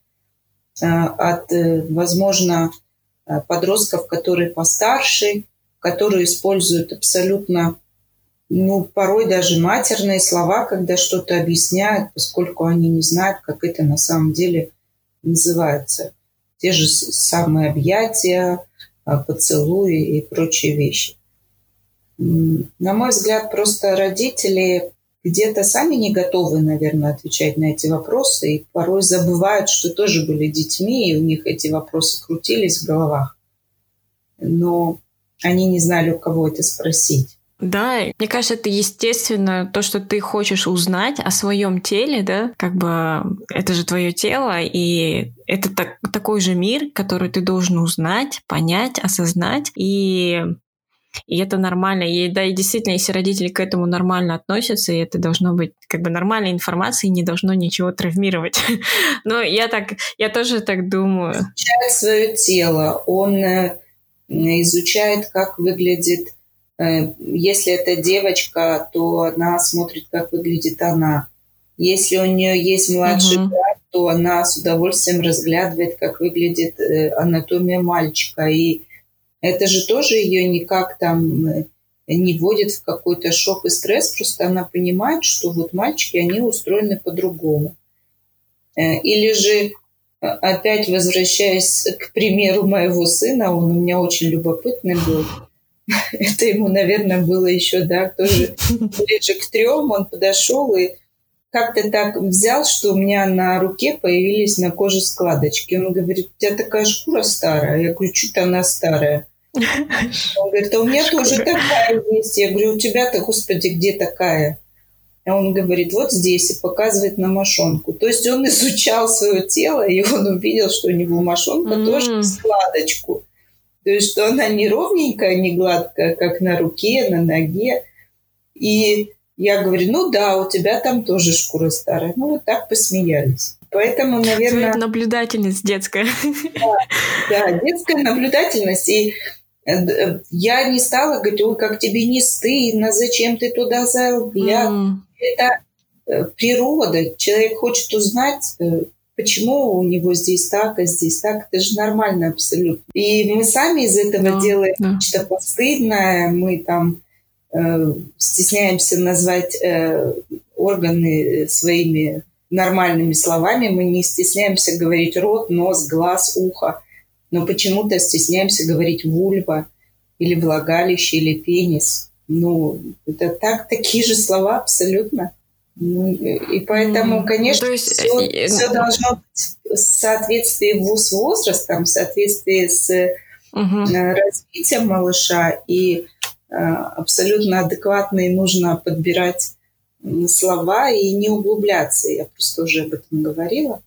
от, возможно, подростков, которые постарше, которые используют абсолютно, порой даже матерные слова, когда что-то объясняют, поскольку они не знают, как это на самом деле называется. Те же самые объятия, поцелуи и прочие вещи. На мой взгляд, просто родители где-то сами не готовы, наверное, отвечать на эти вопросы и порой забывают, что тоже были детьми, и у них эти вопросы крутились в головах. Но они не знали, у кого это спросить. Да, мне кажется, это естественно, то, что ты хочешь узнать о своем теле, да, как бы это же твое тело, и это такой же мир, который ты должен узнать, понять, осознать, и это нормально. И да, и действительно, если родители к этому нормально относятся, и это должно быть как бы нормальной информацией, не должно ничего травмировать. Но я тоже так думаю. Изучает свое тело, он изучает, как выглядит. Если это девочка, то она смотрит, как выглядит она. Если у нее есть младший брат, то она с удовольствием разглядывает, как выглядит анатомия мальчика. И это же тоже ее никак там не вводит в какой-то шок и стресс, просто она понимает, что вот мальчики, они устроены по-другому. Или же, опять возвращаясь к примеру моего сына, он у меня очень любопытный был. Это ему, наверное, было еще, тоже ближе к 3, он подошел и как-то так взял, что у меня на руке появились на коже складочки. Он говорит, у тебя такая шкура старая. Я говорю, что-то она старая. Он говорит, а у меня тоже такая есть. Я говорю, у тебя-то, господи, где такая? Он говорит, вот здесь, и показывает на мошонку. То есть он изучал свое тело, и он увидел, что у него мошонка тоже в складочку. То есть что она не ровненькая, не гладкая, как на руке, на ноге. И я говорю, ну да, у тебя там тоже шкура старая. Ну вот так посмеялись. Поэтому, наверное... Наблюдательность детская. Да, детская наблюдательность. И я не стала говорить, ой, как тебе не стыдно, зачем ты туда заглядываешь. Это природа. Человек хочет узнать, почему у него здесь так, а здесь так. Это же нормально абсолютно. И мы сами из этого делаем что-то постыдное. Мы там стесняемся назвать органы своими нормальными словами. Мы не стесняемся говорить рот, нос, глаз, ухо. Но почему-то стесняемся говорить вульва или влагалище, или пенис. Ну, это такие же слова абсолютно. Ну, и поэтому, конечно, все должно быть в соответствии с возрастом, в соответствии с развитием малыша. И абсолютно адекватно и нужно подбирать слова и не углубляться. Я просто уже об этом говорила.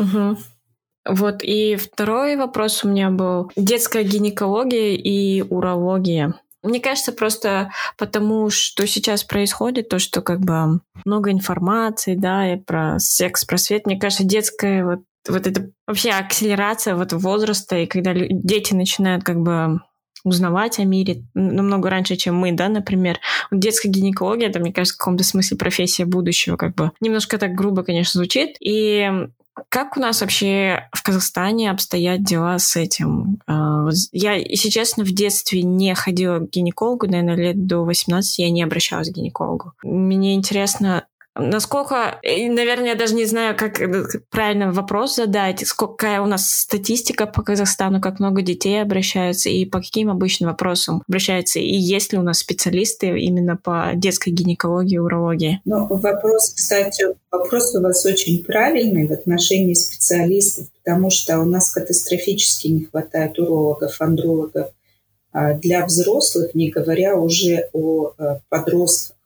Вот, и второй вопрос у меня был. Детская гинекология и урология. Мне кажется, просто потому, что сейчас происходит, то, что как бы много информации, да, и про секс-просвет. Мне кажется, детская вот это вообще акселерация вот возраста, и когда дети начинают как бы узнавать о мире намного раньше, чем мы, да, например. Детская гинекология, это, мне кажется, в каком-то смысле профессия будущего, как бы. Немножко так грубо, конечно, звучит. И как у нас вообще в Казахстане обстоят дела с этим? Я, если честно, в детстве не ходила к гинекологу, наверное, лет до 18 я не обращалась к гинекологу. Мне интересно, насколько, наверное, я даже не знаю, как правильно вопрос задать, какая у нас статистика по Казахстану, как много детей обращаются и по каким обычным вопросам обращаются, и есть ли у нас специалисты именно по детской гинекологии и урологии? Ну, вопрос, кстати, вопрос у вас очень правильный в отношении специалистов, потому что у нас катастрофически не хватает урологов, андрологов для взрослых, не говоря уже о подростках.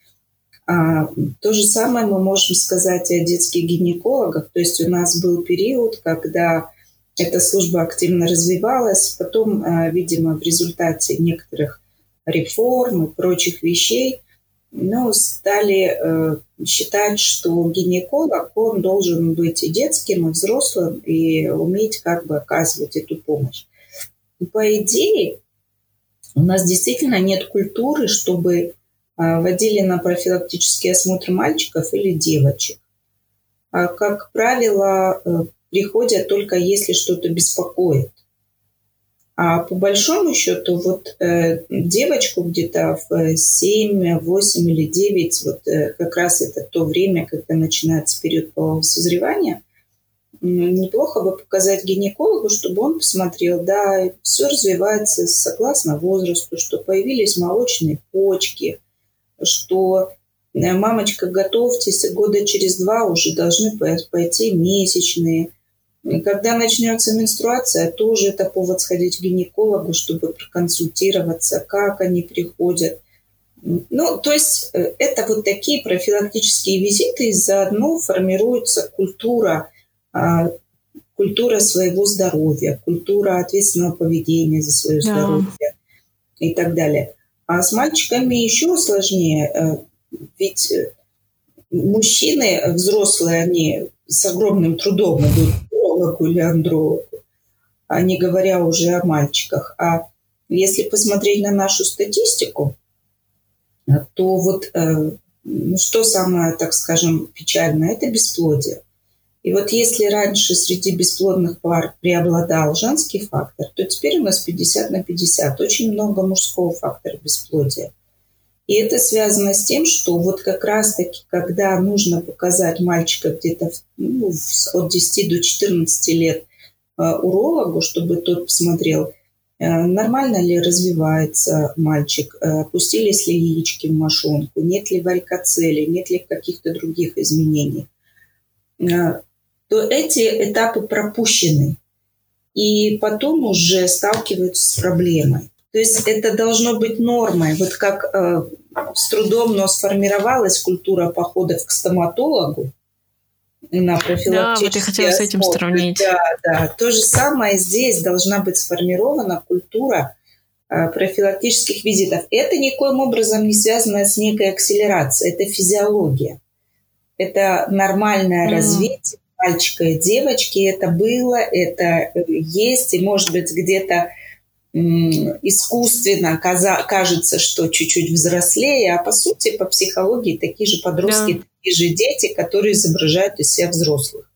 То же самое мы можем сказать и о детских гинекологах. То есть у нас был период, когда эта служба активно развивалась. Потом, видимо, в результате некоторых реформ и прочих вещей, стали считать, что гинеколог, он должен быть и детским, и взрослым, и уметь как бы оказывать эту помощь. И по идее, у нас действительно нет культуры, чтобы водили на профилактический осмотр мальчиков или девочек. Как правило, приходят только если что-то беспокоит. А по большому счету, девочку где-то в 7, 8 или 9, как раз это то время, когда начинается период полового созревания, неплохо бы показать гинекологу, чтобы он посмотрел, да, все развивается согласно возрасту, что появились молочные почки, что мамочка, готовьтесь, года через 2 уже должны пойти месячные. И когда начнется менструация, тоже это повод сходить к гинекологу, чтобы проконсультироваться, как они приходят. То есть это вот такие профилактические визиты, и заодно формируется культура своего здоровья, культура ответственного поведения за свое здоровье и так далее. А с мальчиками еще сложнее, ведь мужчины взрослые, они с огромным трудом идут к урологу или андрологу, а не говоря уже о мальчиках. А если посмотреть на нашу статистику, то что самое, так скажем, печальное, это бесплодие. И если раньше среди бесплодных пар преобладал женский фактор, то теперь у нас 50/50. Очень много мужского фактора бесплодия. И это связано с тем, что как раз-таки, когда нужно показать мальчика где-то от 10 до 14 лет урологу, чтобы тот посмотрел, нормально ли развивается мальчик, опустились ли яички в мошонку, нет ли варикоцелей, нет ли каких-то других изменений, то эти этапы пропущены. И потом уже сталкиваются с проблемой. То есть это должно быть нормой. Вот как с трудом, но сформировалась культура походов к стоматологу на профилактические Да, вот я хотела с этим сравнить. Да. То же самое здесь должна быть сформирована культура профилактических визитов. Это никоим образом не связано с некой акселерацией. Это физиология. Это нормальное развитие мальчика и девочки. Это было, это есть. И, может быть, где-то искусственно кажется, что чуть-чуть взрослее, а по сути, по психологии, такие же подростки, такие же дети, которые изображают из себя взрослых.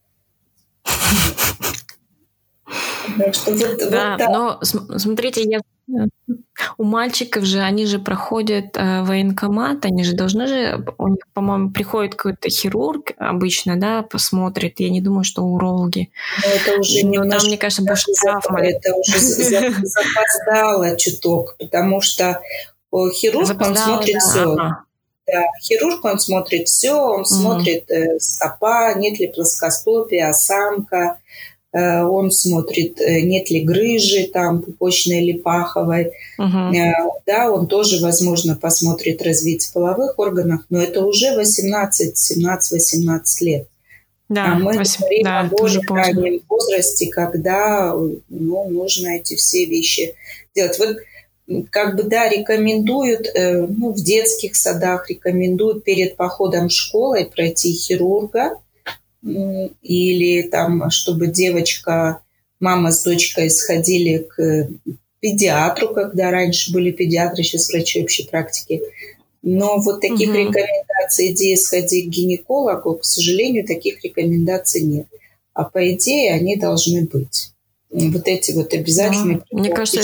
Так что но смотрите, у мальчиков же, они же проходят военкомат, они же должны же, у них, по-моему, приходит какой-то хирург обычно, да, посмотрит, я не думаю, что урологи. Но это уже там, мне кажется, больше травма. Это уже запоздало чуток, потому что хирург, он смотрит все. Да, хирург, он смотрит все, он смотрит стопа, нет ли плоскостопия, осанка, он смотрит, нет ли грыжи там пупочной или паховой. Да, он тоже, возможно, посмотрит развитие половых органов, но это уже 18, 17, 18 лет. Да, а мы говорим о более раннем возрасте, когда нужно эти все вещи делать. Вот как бы, да, рекомендуют, в детских садах рекомендуют перед походом в школу пройти хирурга, или там, чтобы девочка, мама с дочкой сходили к педиатру, когда раньше были педиатры, сейчас врачи общей практики. Но вот таких рекомендаций, идеи сходить к гинекологу, к сожалению, таких рекомендаций нет. А по идее они должны быть. Вот эти вот обязательные... Мне кажется,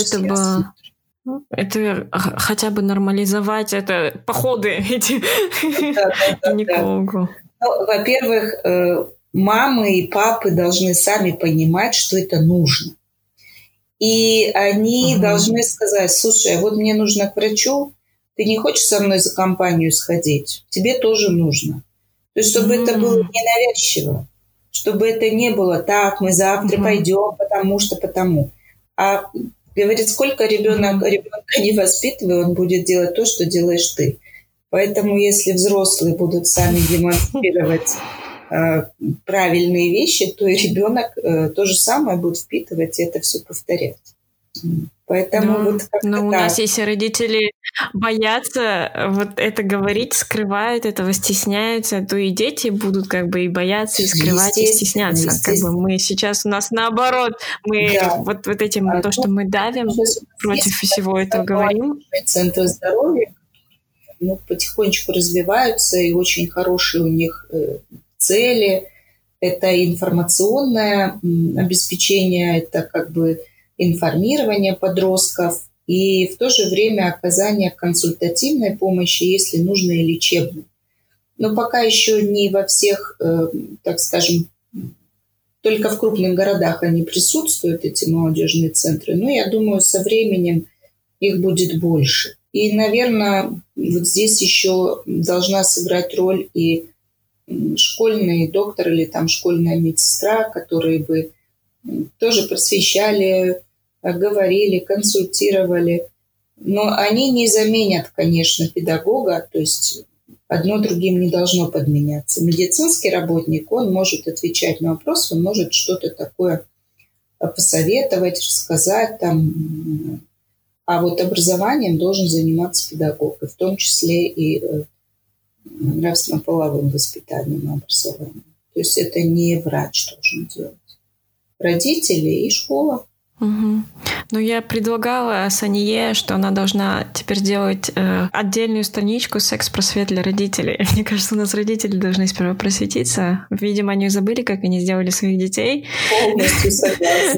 это хотя бы нормализовать это походы эти к гинекологу. Во-первых, мамы и папы должны сами понимать, что это нужно. И они должны сказать: слушай, вот мне нужно к врачу, ты не хочешь со мной за компанию сходить? Тебе тоже нужно. То есть, чтобы это было ненавязчиво, чтобы это не было так, мы завтра пойдем, потому. А говорит, сколько ребенка не воспитывая, он будет делать то, что делаешь ты. Поэтому если взрослые будут сами демонстрировать правильные вещи, то и ребенок то же самое будет впитывать и это все повторять. Поэтому но у нас, если родители боятся вот это говорить, скрывают этого, стесняются, то и дети будут как бы и бояться, и скрывать, и стесняться. Как бы мы сейчас, у нас наоборот, мы вот этим, то, что мы давим, против всего этого говорим. Центры здоровья потихонечку развиваются, и очень хорошие у них цели. Это информационное обеспечение, это как бы информирование подростков и в то же время оказание консультативной помощи, если нужно, и лечебной. Но пока еще не во всех, так скажем, только в крупных городах они присутствуют, эти молодежные центры. Но я думаю, со временем их будет больше. И, наверное, вот здесь еще должна сыграть роль и школьный доктор или там школьная медсестра, которые бы тоже просвещали, говорили, консультировали. Но они не заменят, конечно, педагога, то есть одно другим не должно подменяться. Медицинский работник, он может отвечать на вопросы, он может что-то такое посоветовать, рассказать там. А вот образованием должен заниматься педагог, и в том числе и нравственно-половым воспитанием и образованием. То есть это не врач должен делать. Родители и школа. Ну, я предлагала Сание, что она должна теперь делать отдельную страничку «Секс-просвет для родителей». Мне кажется, у нас родители должны сперва просветиться. Видимо, они забыли, как они сделали своих детей. Полностью согласна.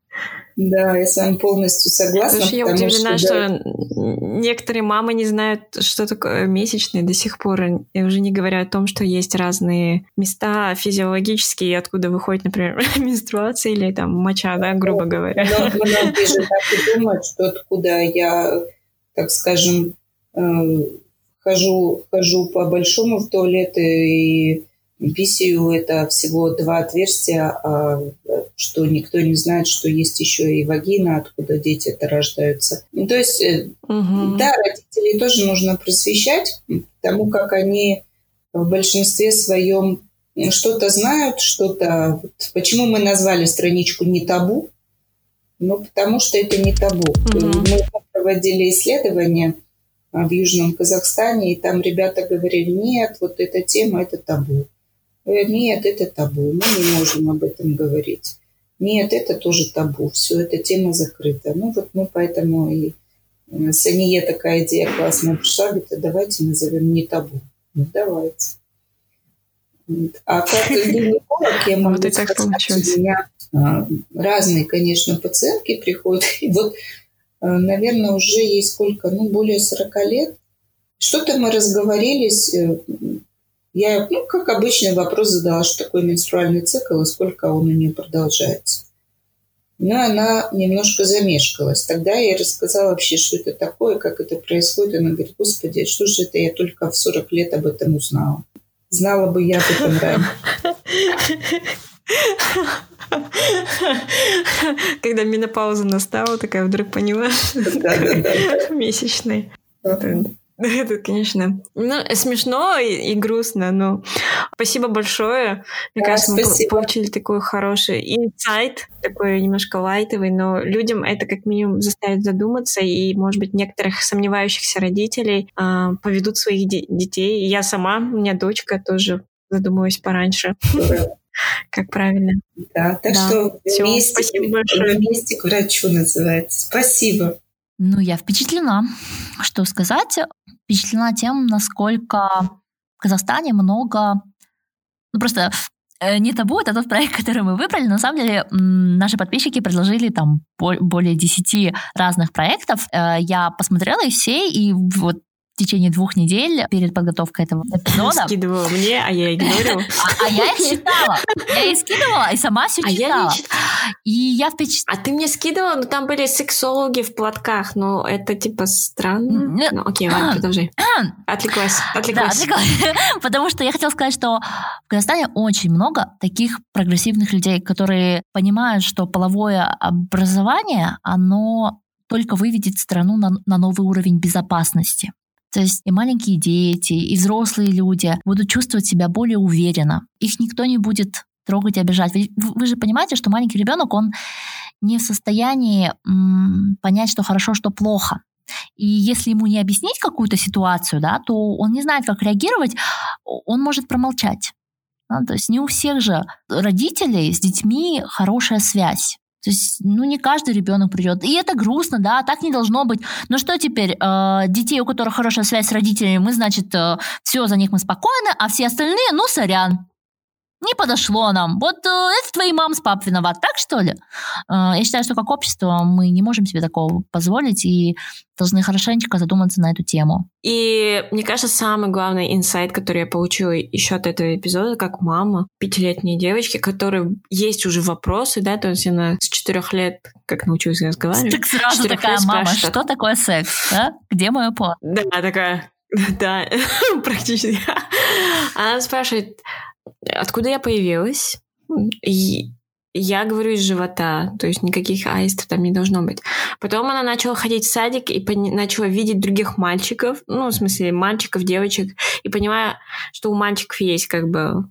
Да, я с вами полностью согласна. Потому что я удивлена, что некоторые мамы не знают, что такое месячные до сих пор. И уже не говоря о том, что есть разные места физиологические, откуда выходит, например, менструация или там моча, да, грубо говоря. Но многие же так и думают, что откуда я, так скажем, хожу по большому в туалет и PCU – это всего 2 отверстия, что никто не знает, что есть еще и вагина, откуда дети это рождаются. То есть, да, родителей тоже нужно просвещать, потому как они в большинстве своем что-то знают, что-то... Почему мы назвали страничку «Не табу»? Потому что это не табу. Мы проводили исследования в Южном Казахстане, и там ребята говорили, нет, вот эта тема – это табу. Нет, это табу, мы не можем об этом говорить. Нет, это тоже табу, все, эта тема закрыта. Мы поэтому и Сание такая идея классная пришла, говорит, давайте назовем «Не табу». Давайте. А как гинеколог я могу сказать, что у меня разные, конечно, пациентки приходят. И наверное, уже ей сколько, более 40 лет. Что-то мы разговорились. Я, как обычно, вопрос задала, что такое менструальный цикл и сколько он у нее продолжается. Но она немножко замешкалась. Тогда я ей рассказала вообще, что это такое, как это происходит. Она говорит, господи, что же это я только в 40 лет об этом узнала. Знала бы я об этом раньше. Когда менопауза настала, такая вдруг поняла. Месячный. Это, конечно, смешно и грустно, но спасибо большое. Мне кажется, мы получили такой хороший инсайт, такой немножко лайтовый, но людям это как минимум заставит задуматься, и, может быть, некоторых сомневающихся родителей поведут своих детей. Я сама, у меня дочка тоже задумалась пораньше. Как правильно. Да, так что вместе к врачу называется. Спасибо. Я впечатлена. Что сказать? Впечатлена тем, насколько в Казахстане много... просто «Не табу» — это тот проект, который мы выбрали. На самом деле наши подписчики предложили там более 10 разных проектов. Я посмотрела их все, и в течение 2 недель перед подготовкой этого эпизода... Скидывала мне, а я игнорила. А я их читала. Я их скидывала и сама все читала. И я А ты мне скидывала, но там были сексологи в платках, но это типа странно. Окей, ладно, продолжай. Отвлеклась. Да, отвлеклась. Потому что я хотела сказать, что в Казахстане очень много таких прогрессивных людей, которые понимают, что половое образование, оно только выведет страну на новый уровень безопасности. То есть и маленькие дети, и взрослые люди будут чувствовать себя более уверенно. Их никто не будет трогать и обижать. Вы же понимаете, что маленький ребенок, он не в состоянии понять, что хорошо, что плохо. И если ему не объяснить какую-то ситуацию, да, то он не знает, как реагировать, он может промолчать. Да? То есть не у всех же родителей с детьми хорошая связь. То есть, не каждый ребенок придет. И это грустно, да, так не должно быть. Но что теперь? Детей, у которых хорошая связь с родителями, мы, значит, все, за них мы спокойны, а все остальные, сорян. Не подошло нам. Это твои мама с папой виноват. Так, что ли? Я считаю, что как общество мы не можем себе такого позволить и должны хорошенечко задуматься на эту тему. И мне кажется, самый главный инсайт, который я получила еще от этого эпизода, как мама 5-летней девочки, которой есть уже вопросы, да, то есть она с 4 лет, как научилась разговаривать. Так сразу такая мама, что такое секс, да? Где мое пол? Да, такая, да, практически. Она спрашивает, откуда я появилась? И я говорю, из живота, то есть никаких аистов там не должно быть. Потом она начала ходить в садик и начала видеть других мальчиков, в смысле мальчиков, девочек, и понимая, что у мальчиков есть как бы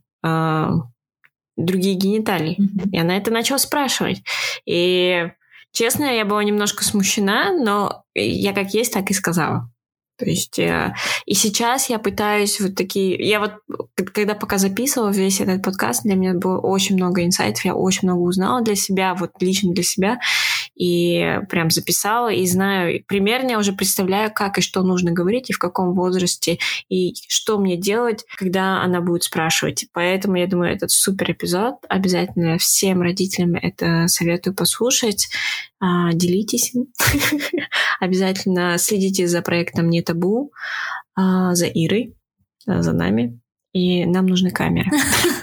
другие гениталии. И она это начала спрашивать. И, честно, я была немножко смущена, но я как есть, так и сказала. То есть и сейчас я пытаюсь Я когда пока записывала весь этот подкаст, для меня было очень много инсайтов, я очень много узнала для себя, лично для себя, и прям записала, и знаю, примерно я уже представляю, как и что нужно говорить, и в каком возрасте, и что мне делать, когда она будет спрашивать. Поэтому я думаю, этот супер эпизод. Обязательно всем родителям это советую послушать. Делитесь им. Обязательно следите за проектом «Не табу», за Ирой, за нами. И нам нужны камеры.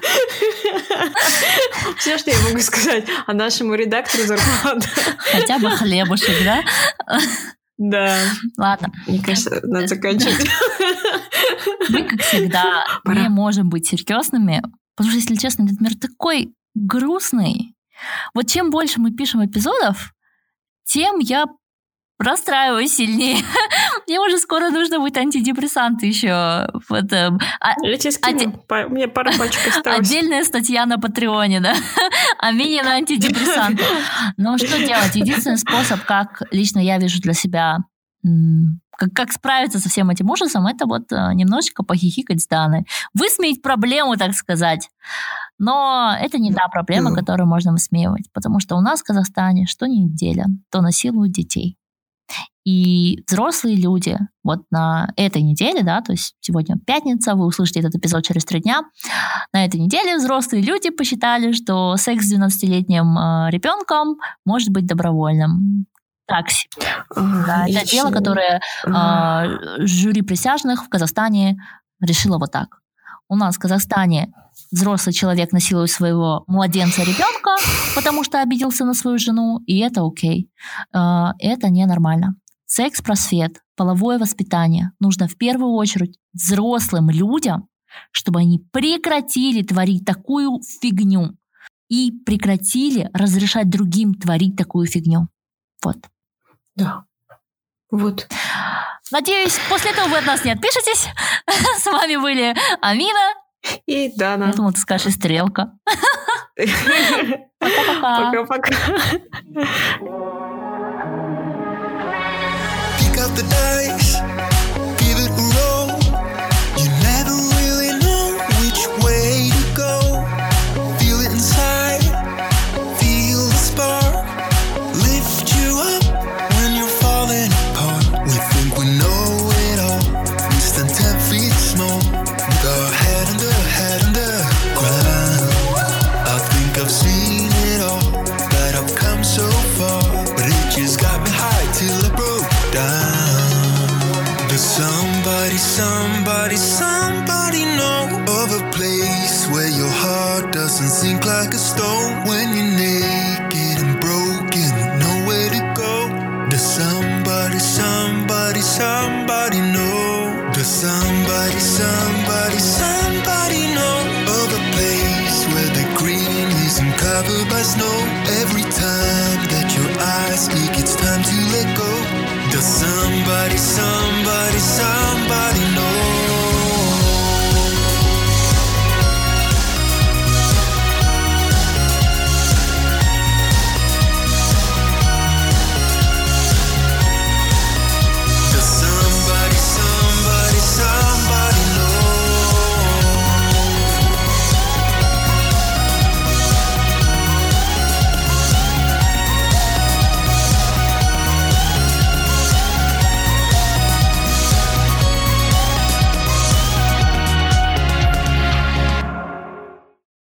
Все, что я могу сказать, а нашему редактору зарплата. Хотя бы хлебушек, да? Да. Ладно. Мне кажется, надо заканчивать. Мы, как всегда, не можем быть серьезными, потому что, если честно, этот мир такой грустный. Вот чем больше мы пишем эпизодов, тем я расстраиваюсь сильнее. Мне уже скоро нужно будет антидепрессанты еще. Я тебе скину. У меня пара пачек осталось. Отдельная статья на Патреоне, да? А мини на антидепрессанты. Но что делать? Единственный способ, как лично я вижу для себя, как справиться со всем этим ужасом, это вот немножечко похихикать с Даной. Высмеять проблему, так сказать. Но это не та проблема, которую можно высмеивать, потому что у нас в Казахстане что ни неделя, то насилуют детей. И взрослые люди вот на этой неделе, да, то есть сегодня пятница, вы услышите этот эпизод через 3 дня, на этой неделе взрослые люди посчитали, что секс с 12-летним ребенком может быть добровольным. Так себе. Да, это дело, которое жюри присяжных в Казахстане решило вот так. У нас в Казахстане взрослый человек насилует своего младенца-ребенка, потому что обиделся на свою жену, и это окей. Это ненормально. Секс-просвет, половое воспитание нужно в первую очередь взрослым людям, чтобы они прекратили творить такую фигню и прекратили разрешать другим творить такую фигню. Вот. Да. Вот. Надеюсь, после этого вы от нас не отпишетесь. С вами были Амина и Дана. Я думала, ты скажешь, и Стрелка. Пока-пока. Пока-пока. Pick up the dice, give it a roll. You never really know which way to go. Feel it inside, feel the spark. Lift you up when you're falling apart. We think we know it all. We stand 10 feet small, with our head under ground. I think I've seen it all, but I've come so far. But it just got me high till I broke down. Does somebody know of a place where your heart doesn't sink like a stone when you're naked and broken with nowhere to go? Does somebody know? Does somebody know of a place where the green isn't covered by snow? Every time that your eyes speak, it's time to let go. Does somebody